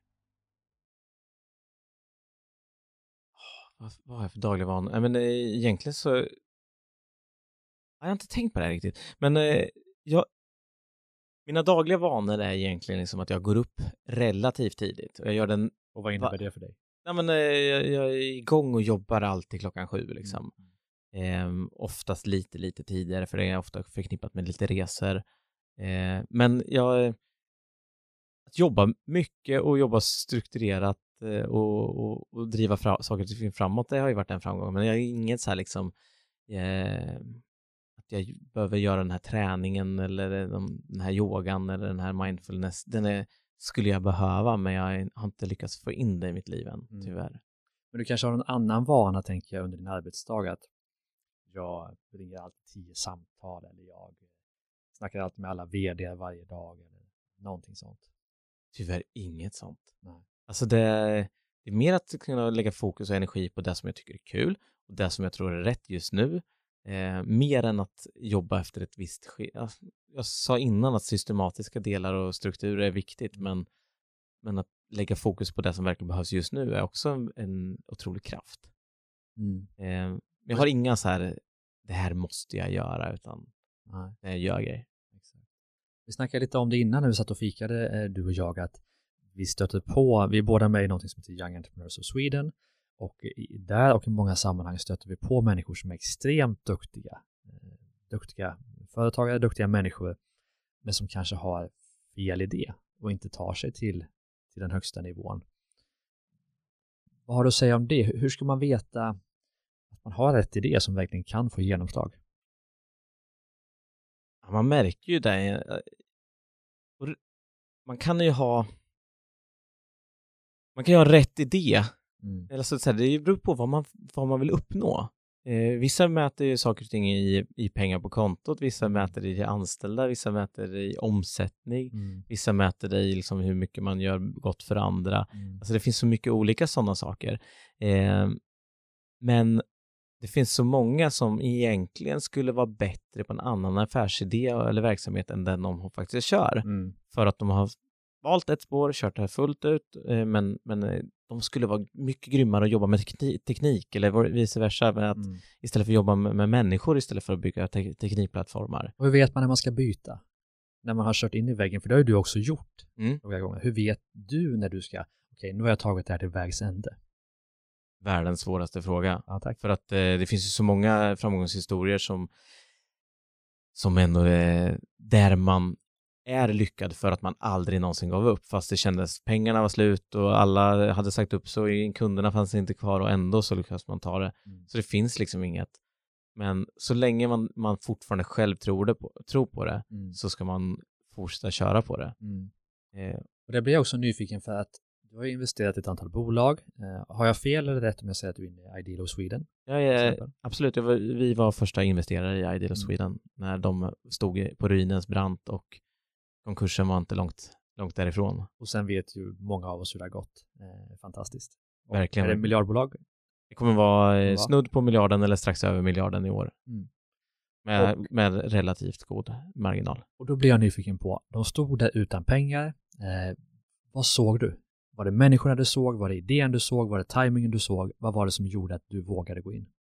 Speaker 2: Vad, vad har jag för dagliga vanor? Men egentligen så jag har inte tänkt på det här riktigt. Men eh, jag, mina dagliga vanor är egentligen liksom att jag går upp relativt tidigt. Och jag gör den.
Speaker 1: Och vad innebär det för dig?
Speaker 2: Nej, men, eh, jag, jag är igång och jobbar alltid klockan sju. Liksom. Mm. Eh, oftast lite, lite tidigare. För det är ofta förknippat med lite resor. Eh, men jag att jobba mycket och jobba strukturerat och, och, och driva fra, saker och ting framåt, det har ju varit en framgång. Men jag är inget så här liksom eh, att jag behöver göra den här träningen eller de, den här yogan eller den här mindfulness. Den är, skulle jag behöva, men jag har inte lyckats få in det i mitt liv än, tyvärr. Mm.
Speaker 1: Men du kanske har någon annan vana, tänker jag, under din arbetsdag, att jag ringer alltid tio samtal eller jag snackar alltid med alla vd varje dag eller någonting sånt.
Speaker 2: Tyvärr inget sånt.
Speaker 1: Nej.
Speaker 2: Alltså det, det är mer att kunna lägga fokus och energi på det som jag tycker är kul och det som jag tror är rätt just nu. Eh, mer än att jobba efter ett visst ske. Jag, jag sa innan att systematiska delar och strukturer är viktigt, men, men att lägga fokus på det som verkligen behövs just nu är också en, en otrolig kraft.
Speaker 1: Mm.
Speaker 2: Eh, jag har inga så här, det här måste jag göra, utan
Speaker 1: Nej.
Speaker 2: jag gör grejer.
Speaker 1: Vi snackade lite om det innan när vi satt och fikade, du och jag, att vi stöter på, vi är båda med i något som heter Young Entrepreneurs of Sweden, och i, där och i många sammanhang stöter vi på människor som är extremt duktiga. Eh, duktiga företagare, duktiga människor, men som kanske har fel idé och inte tar sig till, till den högsta nivån. Vad har du att säga om det? Hur ska man veta att man har rätt idé som verkligen kan få genomslag?
Speaker 2: Ja, man märker ju det. Man kan ju ha man kan ju ha rätt idé. Mm. Eller så att säga, det beror på vad man, vad man vill uppnå. Eh, vissa mäter ju saker och ting i, i pengar på kontot, vissa mäter det i anställda, vissa mäter det i omsättning, mm. vissa mäter det i liksom hur mycket man gör gott för andra. Mm. Alltså det finns så mycket olika sådana saker. Eh, men det finns så många som egentligen skulle vara bättre på en annan affärsidé eller verksamhet än den de faktiskt kör. Mm. För att de har valt ett spår, kört det här fullt ut, men, men de skulle vara mycket grymmare att jobba med teknik eller vice versa, med att mm. istället för att jobba med, med människor istället för att bygga te- teknikplattformar.
Speaker 1: Och hur vet man när man ska byta? När man har kört in i väggen, för det har ju du också gjort mm. några gånger. Hur vet du när du ska, okej, okay, nu har jag tagit det här till vägs ände?
Speaker 2: Världens svåraste fråga.
Speaker 1: Ja, tack.
Speaker 2: För att eh, det finns ju så många framgångshistorier som som ändå är där man är lyckad för att man aldrig någonsin gav upp, fast det kändes pengarna var slut och alla hade sagt upp så kunderna fanns inte kvar och ändå så lyckas man ta det. Mm. Så det finns liksom inget. Men så länge man, man fortfarande själv tror, det på, tror på det mm. så ska man fortsätta köra på det. Mm.
Speaker 1: Eh. Och det blir jag också nyfiken för att du har investerat i ett antal bolag. Eh, har jag fel eller rätt om jag säger att du är inne i Ideal of Sweden?
Speaker 2: Ja, ja absolut. Var, vi var första investerare i Ideal of Sweden mm. när de stod på ruinens brant och konkursen var inte långt, långt därifrån.
Speaker 1: Och sen vet ju många av oss hur det har gått. Eh, fantastiskt. Och
Speaker 2: verkligen.
Speaker 1: Är det miljardbolag?
Speaker 2: Det kommer vara eh, snudd på miljarden eller strax över miljarden i år. Mm. Med, och, med relativt god marginal.
Speaker 1: Och då blir jag nyfiken på, de stod där utan pengar. Eh, vad såg du? Var det människorna du såg? Var det idén du såg? Var det timingen du såg? Vad var det som gjorde att du vågade gå in?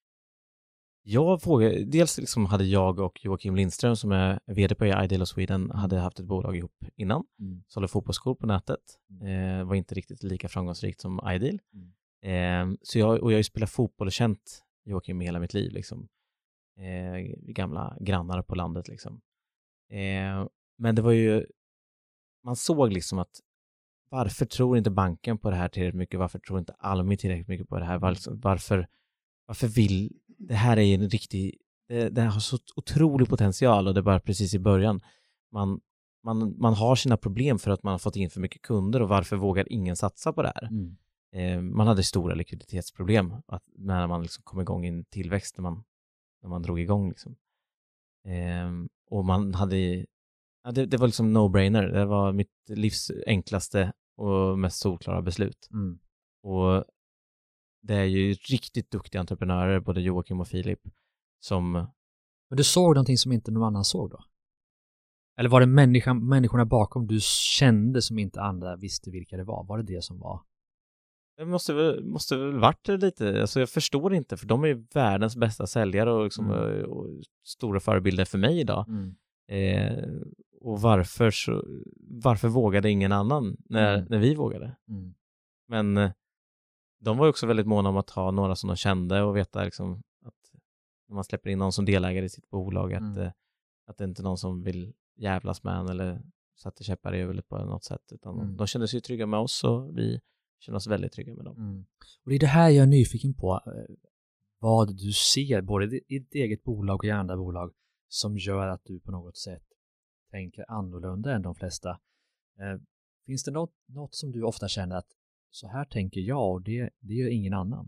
Speaker 2: Jag vågade, dels liksom hade jag och Joakim Lindström som är vd på Ideal of Sweden hade haft ett bolag ihop innan. Mm. Sålde fotbollsskor på nätet. Mm. Eh, var inte riktigt lika framgångsrikt som Ideal. Mm. Eh, så jag, och jag har ju spelat fotboll och känt Joakim hela mitt liv. Liksom. Eh, gamla grannar på landet. Liksom. Eh, men det var ju, man såg liksom att varför tror inte banken på det här tillräckligt mycket? Varför tror inte Almi tillräckligt mycket på det här? Varför, varför, varför vill... Det här är en riktig... Det, det har så otrolig potential och det är bara precis i början. Man, man, man har sina problem för att man har fått in för mycket kunder och varför vågar ingen satsa på det här? Mm. Eh, man hade stora likviditetsproblem att, när man liksom kom igång i en tillväxt när man, när man drog igång. Liksom. Eh, och man hade... Ja, det, det var liksom no-brainer. Det var mitt livs enklaste och mest solklara beslut. Mm. Och det är ju riktigt duktiga entreprenörer, både Joakim och Filip, som...
Speaker 1: Men du såg någonting som inte någon annan såg då? Eller var det människan, människorna bakom du kände som inte andra visste vilka det var? Var det det som var?
Speaker 2: Det måste väl, måste väl varit lite... Alltså jag förstår inte, för de är ju världens bästa säljare och, liksom, mm. och stora förebilder för mig idag. Mm. Eh, och varför så, varför vågade ingen annan när, mm. när vi vågade? Mm. Men eh, de var ju också väldigt måna om att ha några som de kände och veta liksom att när man släpper in någon som delägare i sitt bolag att, mm. eh, att det inte är någon som vill jävlas med en eller sätter käppar i huvudet på något sätt, utan mm. de kände sig trygga med oss och vi kände oss väldigt trygga med dem.
Speaker 1: Mm. Och det är det här jag är nyfiken på, vad du ser både i ditt eget bolag och i andra bolag som gör att du på något sätt tänker annorlunda än de flesta. Eh, finns det något, något som du ofta känner att så här tänker jag och det, det gör ingen annan?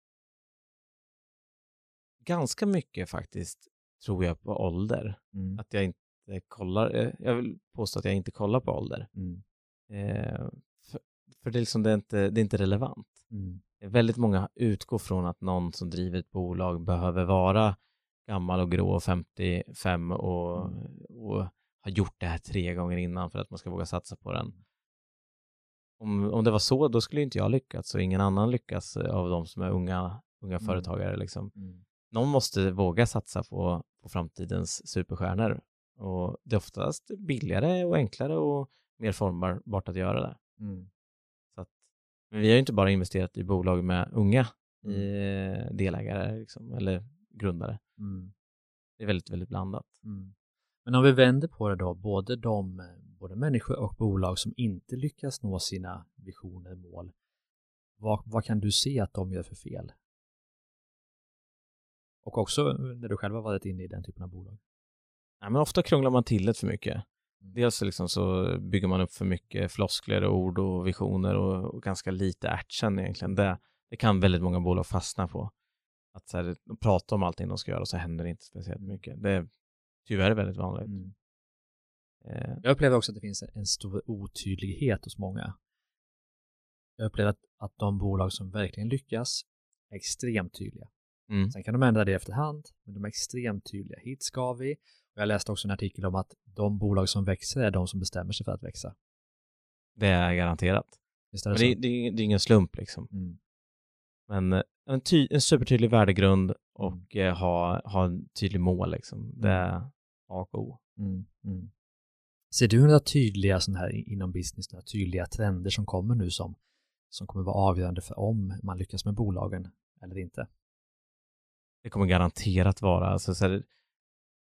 Speaker 2: Ganska mycket faktiskt tror jag på ålder. Mm. Att jag inte kollar, jag vill påstå att jag inte kollar på ålder. Mm. Eh, för, för det är liksom det är inte, det är inte relevant. Mm. Väldigt många utgår från att någon som driver ett bolag behöver vara gammal och grå och femtiofem och, mm. och har gjort det här tre gånger innan för att man ska våga satsa på den. Om, om det var så, då skulle inte jag lyckas och ingen annan lyckas av de som är unga, unga mm. företagare. Liksom. Mm. Någon måste våga satsa på, på framtidens superstjärnor. Och det är oftast billigare och enklare och mer formbart att göra det. Mm. Så att, men vi har ju inte bara investerat i bolag med unga mm. i delägare liksom, eller grundare. Mm. Det är väldigt, väldigt blandat. Mm.
Speaker 1: Men om vi vänder på det då, både de, både människor och bolag som inte lyckas nå sina visioner och mål, vad, vad kan du se att de gör för fel? Och också när du själv har varit inne i den typen av bolag.
Speaker 2: Ja, men ofta krånglar man till det för mycket. Mm. Dels liksom så bygger man upp för mycket floskler och ord och visioner och, och ganska lite action egentligen. Det, det kan väldigt många bolag fastna på. Att så här, prata om allting de ska göra och så händer det inte speciellt mycket. Det är tyvärr väldigt vanligt. Mm.
Speaker 1: Eh. Jag upplever också att det finns en stor otydlighet hos många. Jag upplever att, att de bolag som verkligen lyckas är extremt tydliga. Mm. Sen kan de ändra det efterhand, men de är extremt tydliga. Hit ska vi. Och jag läste också en artikel om att de bolag som växer är de som bestämmer sig för att växa.
Speaker 2: Det är garanterat.
Speaker 1: Visst är det,
Speaker 2: men det, det, det är ingen slump liksom. Mm. Men en, ty, en supertydlig värdegrund och mm. eh, ha, ha en tydlig mål liksom. Det är A och O. Mm. Mm.
Speaker 1: Ser du några tydliga sån här inom business, några tydliga trender som kommer nu som, som kommer vara avgörande för om man lyckas med bolagen eller inte?
Speaker 2: Det kommer garanterat vara alltså, så här,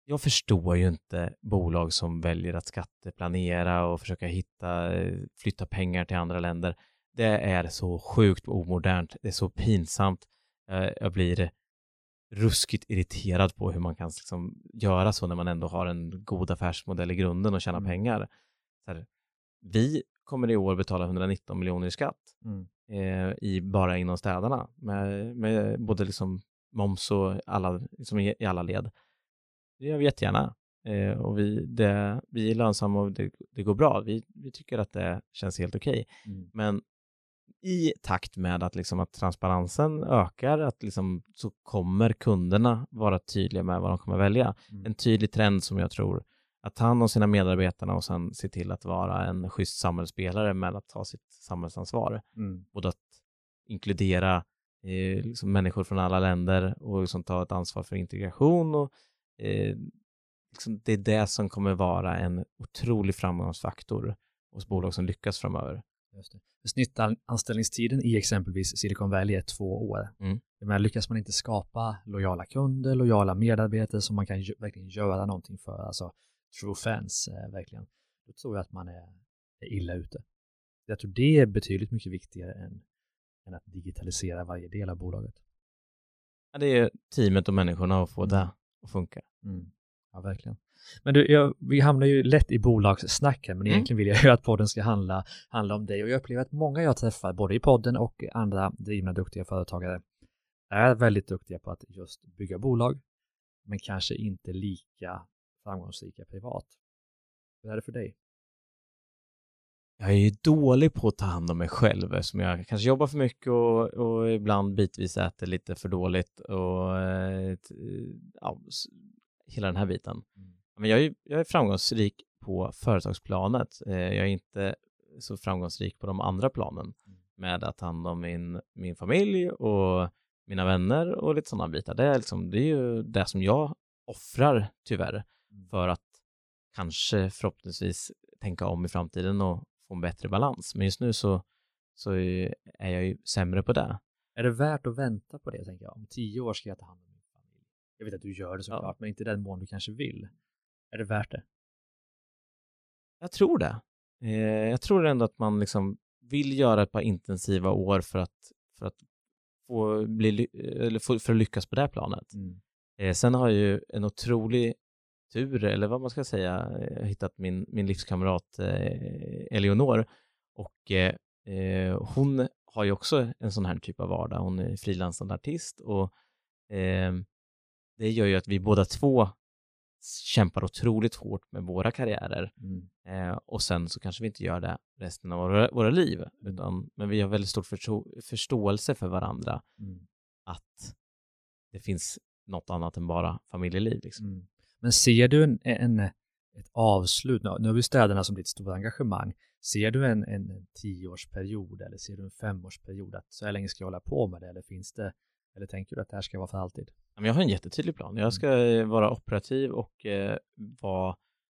Speaker 2: jag förstår ju inte bolag som väljer att skatteplanera och försöka hitta, flytta pengar till andra länder. Det är så sjukt omodernt. Det är så pinsamt. Jag blir ruskigt irriterad på hur man kan liksom göra så när man ändå har en god affärsmodell i grunden och tjäna mm. pengar. Så här, vi kommer i år betala hundranitton miljoner i skatt mm. eh, i, bara inom städerna med, med både liksom moms och alla, liksom i, i alla led. Det gör vi jättegärna. Eh, och vi, det, vi är lönsamma och det, det går bra. Vi, vi tycker att det känns helt okej. Mm. Men i takt med att, liksom, att transparensen ökar, att liksom, så kommer kunderna vara tydliga med vad de kommer välja. Mm. En tydlig trend som jag tror att ta hand om sina medarbetarna och sen se till att vara en schysst samhällsspelare med att ta sitt samhällsansvar. Mm. Både att inkludera eh, liksom människor från alla länder och liksom, ta ett ansvar för integration. Och, eh, liksom, det är det som kommer vara en otrolig framgångsfaktor hos bolag som lyckas framöver.
Speaker 1: Just det. Snittanställningstiden i exempelvis Silicon Valley är två år. Mm. Men lyckas man inte skapa lojala kunder, lojala medarbetare som man kan ju, verkligen göra någonting för, alltså true fans eh, verkligen, då tror jag att man är, är illa ute. Jag tror det är betydligt mycket viktigare än, än att digitalisera varje del av bolaget.
Speaker 2: Ja, det är teamet och människorna att få det att funka.
Speaker 1: Mm. Ja, verkligen. Men du, jag, vi hamnar ju lätt i bolagssnack här, men mm. egentligen vill jag ju att podden ska handla, handla om dig. Och jag upplever att många jag träffar, både i podden och andra drivna duktiga företagare, är väldigt duktiga på att just bygga bolag, men kanske inte lika framgångsrika privat. Hur är det för dig?
Speaker 2: Jag är ju dålig på att ta hand om mig själv, eftersom jag kanske jobbar för mycket och, och ibland bitvis äter lite för dåligt och ja, hela den här biten. Mm. Men jag är, jag är framgångsrik på företagsplanet. Jag är inte så framgångsrik på de andra planen mm. med att ta hand om min, min familj och mina vänner och lite sådana bitar. Det är, liksom, det är ju det som jag offrar tyvärr mm. för att kanske förhoppningsvis tänka om i framtiden och få en bättre balans. Men just nu så, så är jag ju sämre på det.
Speaker 1: Är det värt att vänta på det, tänker jag? Om tio år ska jag ta hand om min familj. Jag vet att du gör det såklart, ja. Men inte den mån du kanske vill. Är det värt det?
Speaker 2: Jag tror det. Eh, jag tror ändå att man liksom vill göra ett par intensiva år för att, för att, få bli, eller för, för att lyckas på det här planet. Mm. Eh, sen har jag ju en otrolig tur, eller vad man ska säga, jag har hittat min, min livskamrat eh, Eleonor. Och eh, hon har ju också en sån här typ av vardag. Hon är frilansande artist och eh, det gör ju att vi båda två kämpar otroligt hårt med våra karriärer. Mm. Eh, och sen så kanske vi inte gör det resten av våra, våra liv. Utan, men vi har väldigt stor förstå- förståelse för varandra. Mm. Att det finns något annat än bara familjeliv. Liksom. Mm.
Speaker 1: Men ser du en, en, ett avslut? Nu har vi städerna som blir ett stort engagemang. Ser du en, en, en tioårsperiod eller ser du en femårsperiod att så här länge ska jag hålla på med det? Eller finns det, eller tänker du att det här ska vara för alltid?
Speaker 2: Jag har en jättetydlig plan. Jag ska vara operativ och eh, vara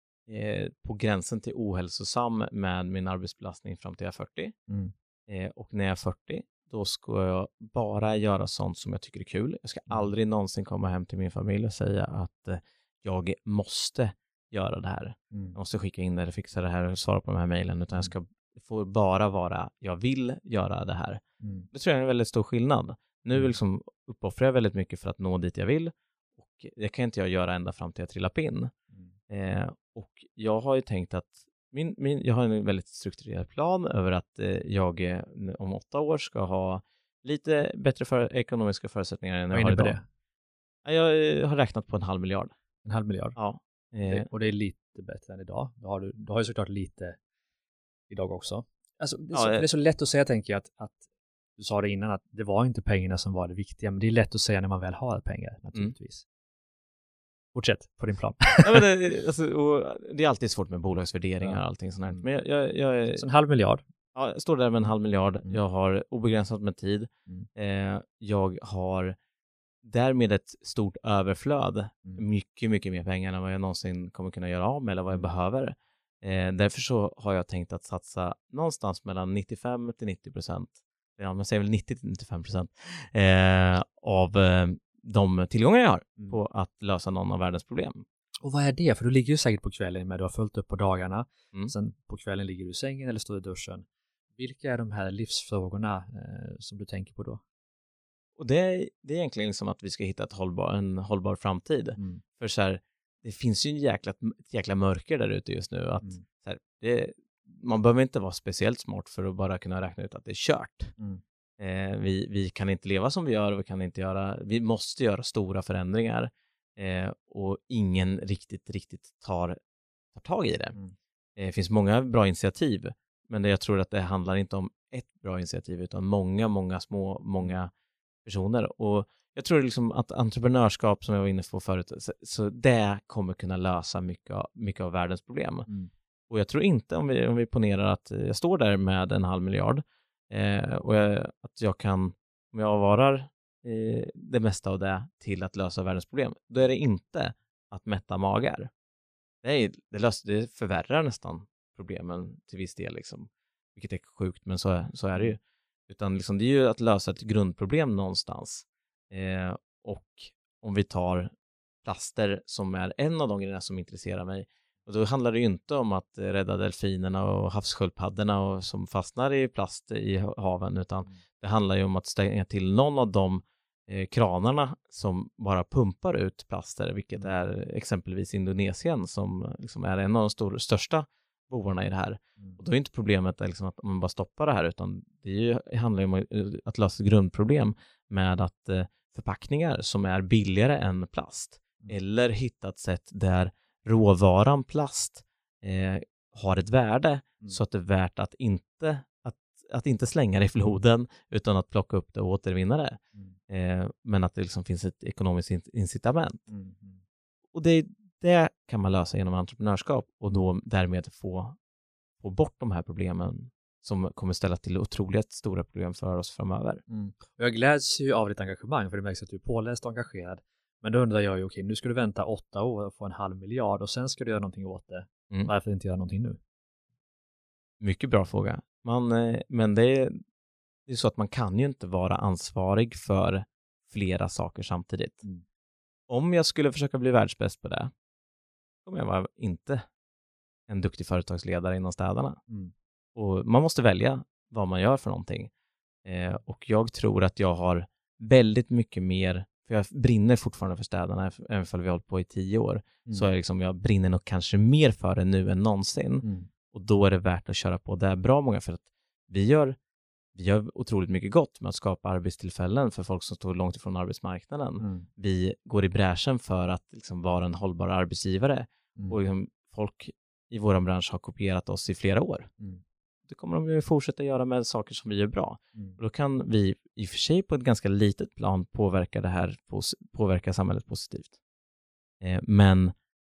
Speaker 2: eh, på gränsen till ohälsosam med min arbetsbelastning fram till jag är fyrtio. Mm. Eh, och när jag är fyrtio, då ska jag bara göra sånt som jag tycker är kul. Jag ska aldrig någonsin komma hem till min familj och säga att eh, jag måste göra det här. Mm. Jag måste skicka in det eller fixa det här och svara på de här mejlen. Utan jag ska få bara vara, jag vill göra det här. Mm. Det tror jag är en väldigt stor skillnad. Nu liksom uppoffrar jag väldigt mycket för att nå dit jag vill. Och det kan inte jag göra ända fram till jag trillar pinn. Mm. Eh, och jag har ju tänkt att min, min, jag har en väldigt strukturerad plan över att eh, jag eh, om åtta år ska ha lite bättre för, ekonomiska förutsättningar än jag har idag. Det? Jag eh, har räknat på en halv miljard.
Speaker 1: En halv miljard?
Speaker 2: Ja.
Speaker 1: Eh. Och det är lite bättre än idag. Då har du, då har ju såklart lite idag också. Alltså, det, är så, ja, det är så lätt att säga, tänker jag, att, att du sa det innan, att det var inte pengarna som var det viktiga, men det är lätt att säga när man väl har pengar, naturligtvis. Mm. Fortsätt på din plan.
Speaker 2: Ja, men det, alltså, och det är alltid svårt med bolagsvärderingar och allting sånt här. Men jag, jag, jag är...
Speaker 1: Så en halv miljard?
Speaker 2: Ja, jag står där med en halv miljard. Mm. Jag har obegränsat med tid. Mm. Eh, jag har därmed ett stort överflöd. Mm. Mycket, mycket mer pengar än vad jag någonsin kommer kunna göra av med eller vad jag behöver. Eh, därför så har jag tänkt att satsa någonstans mellan nittiofem till nittio procent. Ja, man säger väl nittio till nittiofem procent eh, av eh, de tillgångar jag har mm. på att lösa någon av världens problem.
Speaker 1: Och vad är det? För du ligger ju säkert på kvällen med du har följt upp på dagarna.
Speaker 2: Mm.
Speaker 1: Sen på kvällen ligger du i sängen eller står i duschen. Vilka är de här livsfrågorna eh, som du tänker på då?
Speaker 2: Och det är, det är egentligen liksom att vi ska hitta ett hållbar, en hållbar framtid.
Speaker 1: Mm.
Speaker 2: För så här, det finns ju en jäkla, ett jäkla mörker där ute just nu. Att,
Speaker 1: Mm.
Speaker 2: så här, det, man behöver inte vara speciellt smart för att bara kunna räkna ut att det är kört.
Speaker 1: Mm.
Speaker 2: Eh, vi, vi kan inte leva som vi gör och vi kan inte göra, vi måste göra stora förändringar. Eh, och ingen riktigt, riktigt tar, tar tag i det.
Speaker 1: Mm.
Speaker 2: Eh, det finns många bra initiativ, men det, jag tror att det handlar inte om ett bra initiativ utan många, många små, många personer. Och jag tror liksom att entreprenörskap, som jag var inne på förut, så, så det kommer kunna lösa mycket av, mycket av världens problem.
Speaker 1: Mm.
Speaker 2: Och jag tror inte, om vi, om vi ponerar att jag står där med en halv miljard eh, och jag, att jag kan, om jag avvarar eh, det mesta av det till att lösa världens problem, då är det inte att mätta magar. Nej, det, löser, det förvärrar nästan problemen till viss del, liksom. Vilket är sjukt, men så är, så är det ju. Utan liksom, det är ju att lösa ett grundproblem någonstans. Eh, och om vi tar plaster som är en av de grejerna som intresserar mig, och då handlar det ju inte om att rädda delfinerna och havssköldpaddorna och som fastnar i plast i haven, utan mm. det handlar ju om att stänga till någon av de eh, kranarna som bara pumpar ut plaster, vilket är exempelvis Indonesien, som liksom är en av de stor, största bovarna i det här. Mm. Och då är inte problemet liksom att man bara stoppar det här, utan det, är ju, det handlar ju om att lösa ett grundproblem med att eh, förpackningar som är billigare än plast, mm. eller hitta ett sätt där råvaran plast eh, har ett värde, mm. så att det är värt att inte, att, att inte slänga det i floden utan att plocka upp det och återvinna det. Mm. Eh, men att det liksom finns ett ekonomiskt incitament. Mm. Och det, det kan man lösa genom entreprenörskap och då därmed få, få bort de här problemen som kommer ställa till otroligt stora problem för oss framöver.
Speaker 1: Mm. Och jag gläds ju av ditt engagemang, för det märks att du är påläst och engagerad. Men då undrar jag ju, okej, nu ska du vänta åtta år och få en halv miljard och sen ska du göra någonting åt det. Mm. Varför inte göra någonting nu?
Speaker 2: Mycket bra fråga. Man, men det är, det är så att man kan ju inte vara ansvarig för flera saker samtidigt. Mm. Om jag skulle försöka bli världsbäst på det, kommer jag vara inte en duktig företagsledare inom städerna. Mm. Och man måste välja vad man gör för någonting. Eh, och jag tror att jag har väldigt mycket mer, för jag brinner fortfarande för städerna, även om vi har hållit på i tio år, mm. så är det liksom, jag brinner nog kanske mer för det nu än någonsin. Mm. Och då är det värt att köra på. Det är bra många, för att vi gör, vi gör otroligt mycket gott med att skapa arbetstillfällen för folk som står långt ifrån arbetsmarknaden. Mm. Vi går i bräschen för att liksom vara en hållbar arbetsgivare. Mm. Och liksom, folk i vår bransch har kopierat oss i flera år. Mm. Det kommer de att fortsätta göra med saker som vi gör bra. Mm. Och då kan vi i och för sig på ett ganska litet plan påverka det här, påverka samhället positivt. Eh, men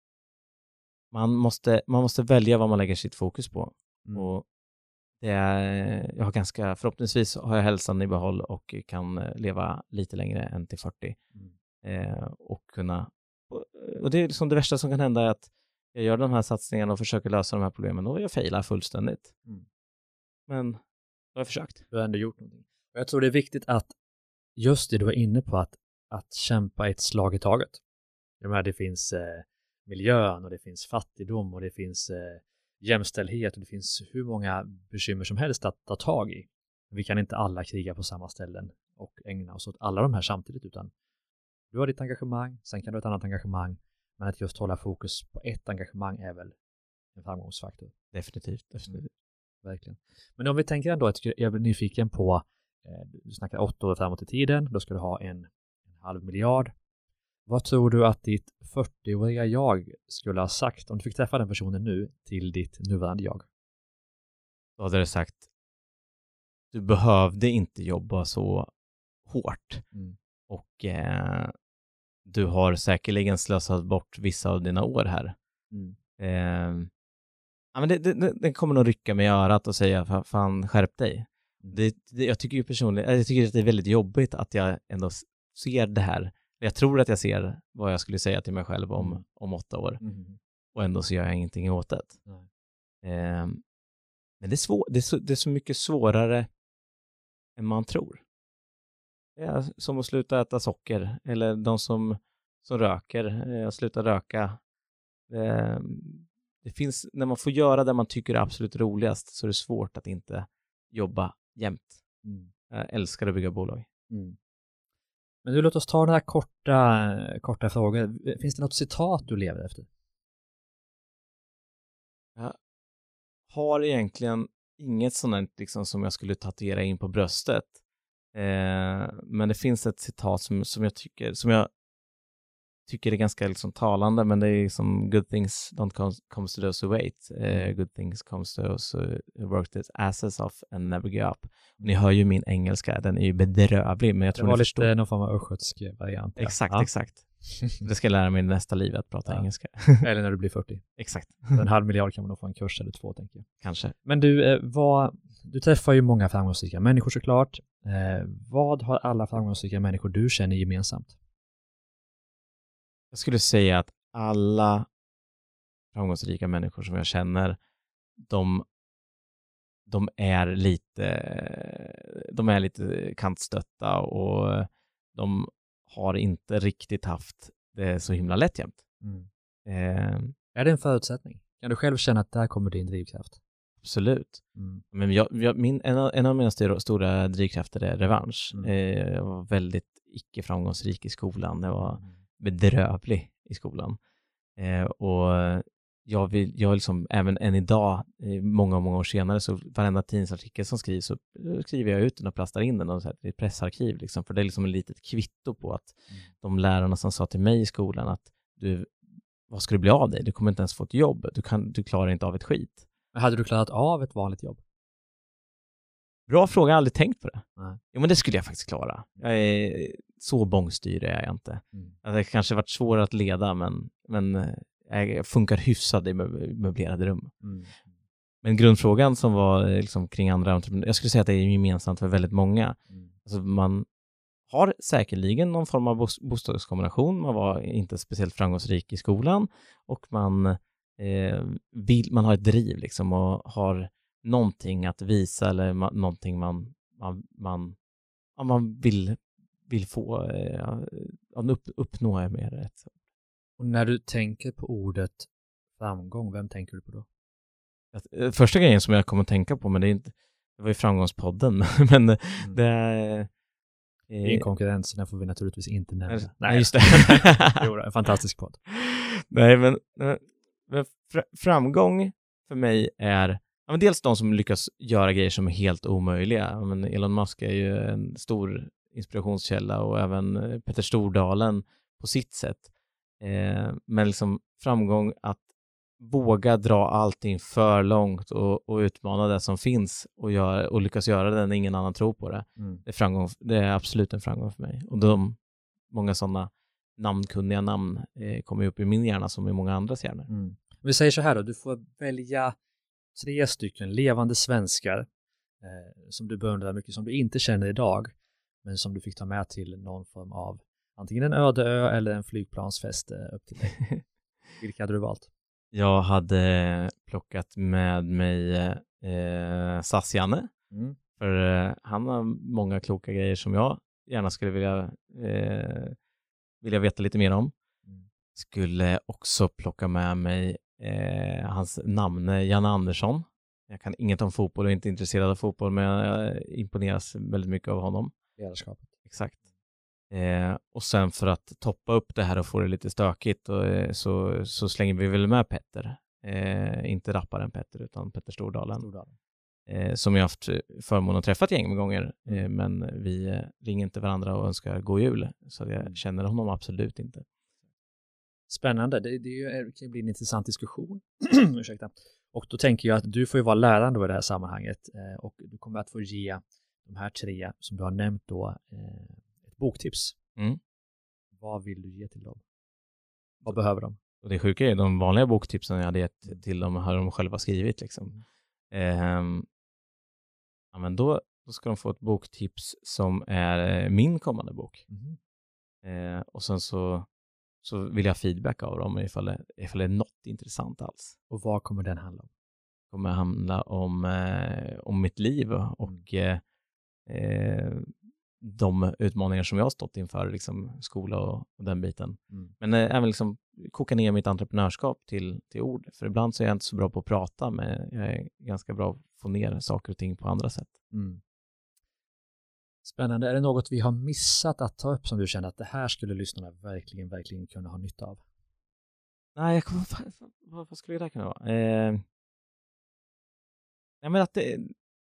Speaker 2: man måste, man måste välja vad man lägger sitt fokus på. Mm. Och det är, jag har ganska, förhoppningsvis har jag hälsan i behåll och kan leva lite längre än till fyrtio. Mm. Eh, och kunna, och det är liksom det värsta som kan hända, är att jag gör de här satsningarna och försöker lösa de här problemen och jag failar fullständigt. Mm. Men jag har försökt.
Speaker 1: Du har ändå gjort någonting. Och jag tror det är viktigt att just det du var inne på, att, att kämpa ett slag i taget. Jag menar, det finns eh, miljön och det finns fattigdom och det finns eh, jämställdhet och det finns hur många bekymmer som helst att ta tag i. Vi kan inte alla kriga på samma ställen och ägna oss åt alla de här samtidigt, utan du har ditt engagemang, sen kan du ha ett annat engagemang, men att just hålla fokus på ett engagemang är väl en framgångsfaktor.
Speaker 2: Definitivt, definitivt. Mm.
Speaker 1: Verkligen. Men om vi tänker ändå, att jag är nyfiken på, eh, du snackar åtta år framåt i tiden, då ska du ha en, en halv miljard. Vad tror du att ditt fyrtioåriga jag skulle ha sagt om du fick träffa den personen nu till ditt nuvarande jag?
Speaker 2: Då hade det sagt, du behövde inte jobba så hårt. Mm. Och eh, du har säkerligen slösat bort vissa av dina år här. Mm. Eh, ja, men det, det, det kommer nog rycka mig i örat och säga, fan, skärp dig. Mm. Det, det, jag tycker ju personligen, jag tycker att det är väldigt jobbigt att jag ändå ser det här. Jag tror att jag ser vad jag skulle säga till mig själv om, mm. om åtta år. Mm. Och ändå så gör jag ingenting åt det. Mm. Eh, men det är, svår, det, är så, det är så mycket svårare än man tror. Det är som att sluta äta socker. Eller de som, som röker. Eh, sluta röka. Det, det finns, när man får göra det man tycker är absolut roligast så är det svårt att inte jobba jämt. Mm. Jag älskar att bygga bolag.
Speaker 1: Mm. Men du, låt oss ta den här korta, korta frågan. Finns det något citat du lever efter?
Speaker 2: Jag har egentligen inget sådant liksom, som jag skulle tatuera in på bröstet. Eh, men det finns ett citat som, som jag tycker som jag tycker är ganska liksom, talande, men det är som good things don't come, comes to those who wait. Eh, good things comes to those who work their asses off and never give up. Ni hör ju min engelska, den är ju bedrövlig, men jag tror
Speaker 1: det var
Speaker 2: ni förstår.
Speaker 1: Lite någon form av östgötsk variant. Ja.
Speaker 2: Exakt,
Speaker 1: ja.
Speaker 2: exakt. Det ska jag lära mig i nästa liv att prata ja. engelska.
Speaker 1: Eller när du blir fyrtio.
Speaker 2: Exakt.
Speaker 1: En halv miljard kan man nog få en kurs eller två, tänker jag.
Speaker 2: Kanske.
Speaker 1: Men du, eh, vad, du träffar ju många framgångsrika människor såklart. Eh, vad har alla framgångsrika människor du känner gemensamt?
Speaker 2: Jag skulle säga att alla framgångsrika människor som jag känner, de, de är lite de är lite kantstötta och de har inte riktigt haft det så himla lätt jämt. Mm.
Speaker 1: Eh, är det en förutsättning? Kan du själv känna att där kommer din drivkraft?
Speaker 2: Absolut. Mm. Men jag, jag, min, en, av, en av mina stora, stora drivkrafter är revansch. Mm. Eh, jag var väldigt icke framgångsrik i skolan. Jag var mm. bedrövlig i skolan. Eh, och jag vill, jag liksom, även än idag, eh, många, många år senare, så varenda tidningsartikel som skrivs så skriver jag ut den och plastar in den och så här, i ett pressarkiv. Liksom, för det är liksom ett litet kvitto på att mm. de lärarna som sa till mig i skolan att du, vad ska du bli av dig? Du kommer inte ens få ett jobb. Du, kan, du klarar inte av ett skit.
Speaker 1: Men hade du klarat av ett vanligt jobb?
Speaker 2: Bra fråga, jag har aldrig tänkt på det. Nej. Jo, men det skulle jag faktiskt klara. Jag är, så bångstyrig är jag inte. Mm. Alltså, det kanske varit svårare att leda, men, men jag funkar hyfsad i möblerade rum. Mm. Men grundfrågan som var liksom kring andra entreprenörer, jag skulle säga att det är gemensamt för väldigt många. Mm. Alltså man har säkerligen någon form av bostadskombination. Man var inte speciellt framgångsrik i skolan och man, eh, vill, man har ett driv liksom och har någonting att visa eller ma- någonting man, man, man, ja, man vill, vill få eh, upp, uppnå är mer rätt.
Speaker 1: Och när du tänker på ordet framgång, vem tänker du på då?
Speaker 2: Första grejen som jag kommer att tänka på, men det, är inte, det var ju framgångspodden, men mm. det är...
Speaker 1: I en konkurrens, den får vi naturligtvis inte nämna. Nej,
Speaker 2: Nej just det.
Speaker 1: Jo, en fantastisk podd.
Speaker 2: Nej, men, men framgång för mig är ja, men dels de som lyckas göra grejer som är helt omöjliga. Men Elon Musk är ju en stor inspirationskälla och även Petter Stordalen på sitt sätt. Eh, men liksom framgång att våga dra allting för långt och, och utmana det som finns och, gör, och lyckas göra det när ingen annan tror på det. Mm. Det, är framgång, det är absolut en framgång för mig. Och de, många sådana namnkunniga namn eh, kommer upp i min hjärna som i många andras hjärnor.
Speaker 1: Mm. Vi säger så här då, du får välja tre stycken levande svenskar eh, som du beundrar mycket, som du inte känner idag, men som du fick ta med till någon form av antingen en öde ö eller en flygplansfest eh, upp till dig. Vilka hade du valt?
Speaker 2: Jag hade plockat med mig eh, Sass-Janne. Mm. För eh, han har många kloka grejer som jag gärna skulle vilja, eh, vilja veta lite mer om. Mm. Skulle också plocka med mig eh, hans namn, Janne Andersson. Jag kan inget om fotboll och är inte intresserad av fotboll, men jag imponeras väldigt mycket av honom.
Speaker 1: Ledarskapet.
Speaker 2: Exakt. Eh, och sen för att toppa upp det här och få det lite stökigt och, eh, så, så slänger vi väl med Petter. Eh, inte rapparen Petter utan Petter Stordalen. Stordalen. Eh, som jag haft förmånen att träffa ett gäng med gånger. Eh, men vi eh, ringer inte varandra och önskar god jul. Så jag känner honom absolut inte.
Speaker 1: Spännande. Det, det, det kan bli en intressant diskussion. Ursäkta. Och då tänker jag att du får ju vara lärande i det här sammanhanget. Eh, och du kommer att få ge de här tre som du har nämnt då eh, boktips. Mm. Vad vill du ge till dem? Vad behöver de?
Speaker 2: Och det sjuka är de vanliga boktipsen jag hade gett till dem har de själva skrivit liksom. Mm. Eh, ja, men då, då ska de få ett boktips som är min kommande bok. Mm. Eh, och sen så, så vill jag feedback av dem ifall det, ifall det är något intressant alls.
Speaker 1: Och vad kommer den handla om?
Speaker 2: Det kommer handla om, eh, om mitt liv och mm. eh, de utmaningar som jag har stått inför, liksom skola och, och den biten.
Speaker 1: Mm.
Speaker 2: Men eh, även liksom koka ner mitt entreprenörskap till, till ord. För ibland så är jag inte så bra på att prata, men jag är ganska bra att få ner saker och ting på andra sätt.
Speaker 1: Mm. Spännande. Är det något vi har missat att ta upp som du känner att det här skulle lyssnarna verkligen, verkligen kunna ha nytta av?
Speaker 2: Nej, jag kommer, vad, vad skulle det där kunna vara? Eh, jag menar att det,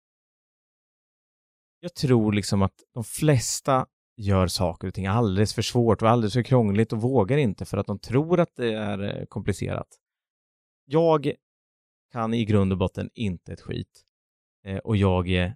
Speaker 2: jag tror liksom att de flesta gör saker och ting alldeles för svårt och alldeles för krångligt och vågar inte för att de tror att det är komplicerat. Jag kan i grund och botten inte ett skit. Eh, och jag eh,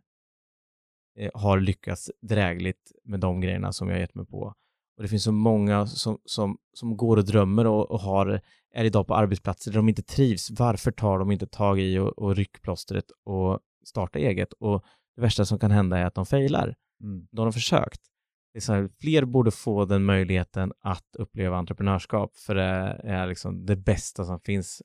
Speaker 2: har lyckats drägligt med de grejerna som jag har gett mig på. Och det finns så många som, som, som går och drömmer och, och har, är idag på arbetsplatser där de inte trivs. Varför tar de inte tag i och, och ryckplåstret och startar eget? Och det värsta som kan hända är att de failar.
Speaker 1: Mm.
Speaker 2: De har försökt. Det är så här, fler borde få den möjligheten att uppleva entreprenörskap. För det är liksom det bästa som finns.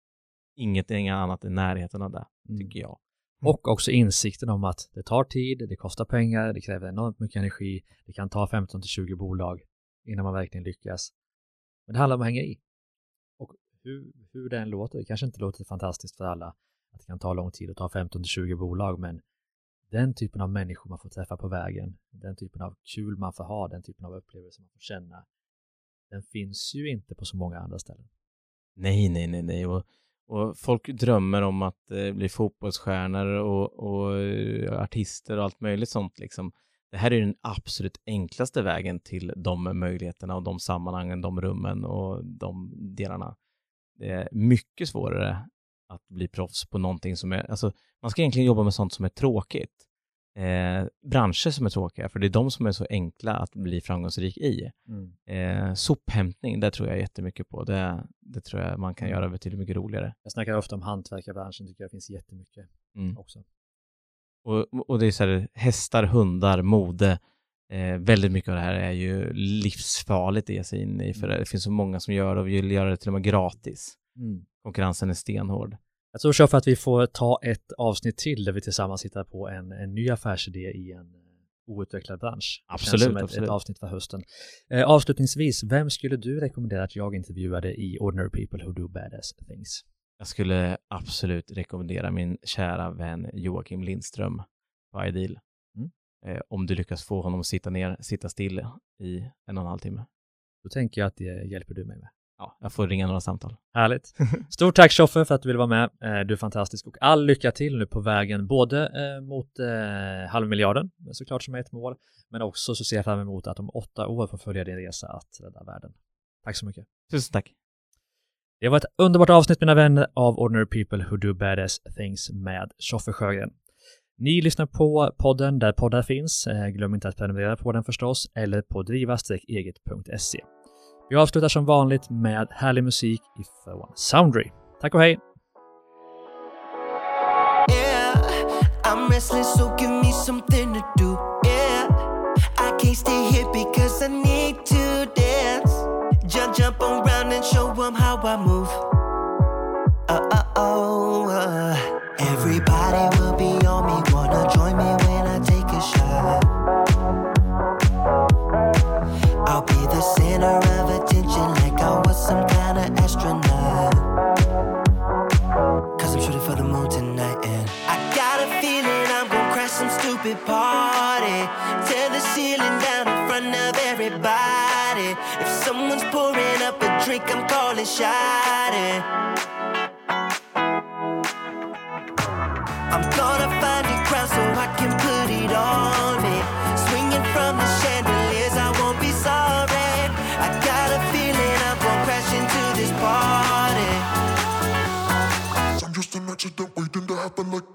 Speaker 2: Inget inga annat i närheten av det, tycker jag. Mm.
Speaker 1: Och också insikten om att det tar tid, det kostar pengar, det kräver enormt mycket energi. Det kan ta femton till tjugo bolag innan man verkligen lyckas. Men det handlar om att hänga i. Och hur, hur det än låter, det kanske inte låter fantastiskt för alla att det kan ta lång tid och ta femton till tjugo bolag, men den typen av människor man får träffa på vägen, den typen av kul man får ha, den typen av upplevelser man får känna, den finns ju inte på så många andra ställen.
Speaker 2: Nej, nej, nej, nej. Och, och folk drömmer om att eh, bli fotbollsstjärnor och, och uh, artister och allt möjligt sånt liksom. Det här är den absolut enklaste vägen till de möjligheterna och de sammanhangen, de rummen och de delarna. Det är mycket svårare att bli proffs på någonting som är, alltså man ska egentligen jobba med sånt som är tråkigt. Eh, branscher som är tråkiga, för det är de som är så enkla att bli framgångsrik i.
Speaker 1: Mm.
Speaker 2: Eh, sophämtning, det tror jag jättemycket på. Det, det tror jag man kan
Speaker 1: Mm.
Speaker 2: göra betydligt mycket roligare.
Speaker 1: Jag snackar ofta om hantverkarbranschen, tycker jag finns jättemycket
Speaker 2: Mm.
Speaker 1: också.
Speaker 2: Och, och det är så här, hästar, hundar, mode. Eh, väldigt mycket av det här är ju livsfarligt att ge sig in i, för det finns så många som gör det och vill göra det till och med gratis.
Speaker 1: Mm.
Speaker 2: Konkurrensen är stenhård.
Speaker 1: Jag tror så för att vi får ta ett avsnitt till där vi tillsammans hittar på en, en ny affärsidé i en outvecklad bransch.
Speaker 2: Absolut,
Speaker 1: som ett,
Speaker 2: absolut.
Speaker 1: ett avsnitt för hösten. Eh, avslutningsvis, vem skulle du rekommendera att jag intervjuade i Ordinary People Who Do Badass Things?
Speaker 2: Jag skulle absolut rekommendera min kära vän Joakim Lindström på Ideal.
Speaker 1: Mm.
Speaker 2: Eh, om du lyckas få honom att sitta ner, sitta still i en och en halv timme.
Speaker 1: Då tänker jag att det hjälper du mig med.
Speaker 2: Ja, jag får ringa några samtal.
Speaker 1: Härligt. Stort tack Tjoffe för att du ville vara med. Eh, du är fantastisk och all lycka till nu på vägen både eh, mot eh, halvmiljarden, såklart som är ett mål, men också så ser jag fram emot att om åtta år få följa din resa att rädda världen. Tack så mycket.
Speaker 2: Tusen tack.
Speaker 1: Det var ett underbart avsnitt, mina vänner, av Ordinary People Who Do Badass Things med Tjoffe Sjögren. Ni lyssnar på podden där poddar finns. Eh, glöm inte att prenumerera på den förstås, eller på driva eget punkt se. Vi avslutar som vanligt med härlig musik ifrån Soundry. Tack och hej!
Speaker 3: Yeah, I'm restless, so give me something to do. Yeah, I can't stay here because I need to dance. Jump, jump around and show them how I move. Uh, uh, oh, uh. Everybody will be on me, wanna join me when I take a shot. I'll be the center of attention like I was some kind of astronaut. Cause I'm shooting for the moon tonight and I got a feeling I'm gonna crash some stupid party. Tear the ceiling down in front of everybody. If someone's pouring up a drink, I'm calling shawty. I'm gonna find a crowd so I can put it on me. Swinging from the chandeliers, I won't be sorry. I got a feeling I'm gonna crash into this party.
Speaker 4: I'm just an accident waiting to happen like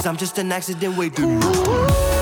Speaker 3: I'm just an accident waiting.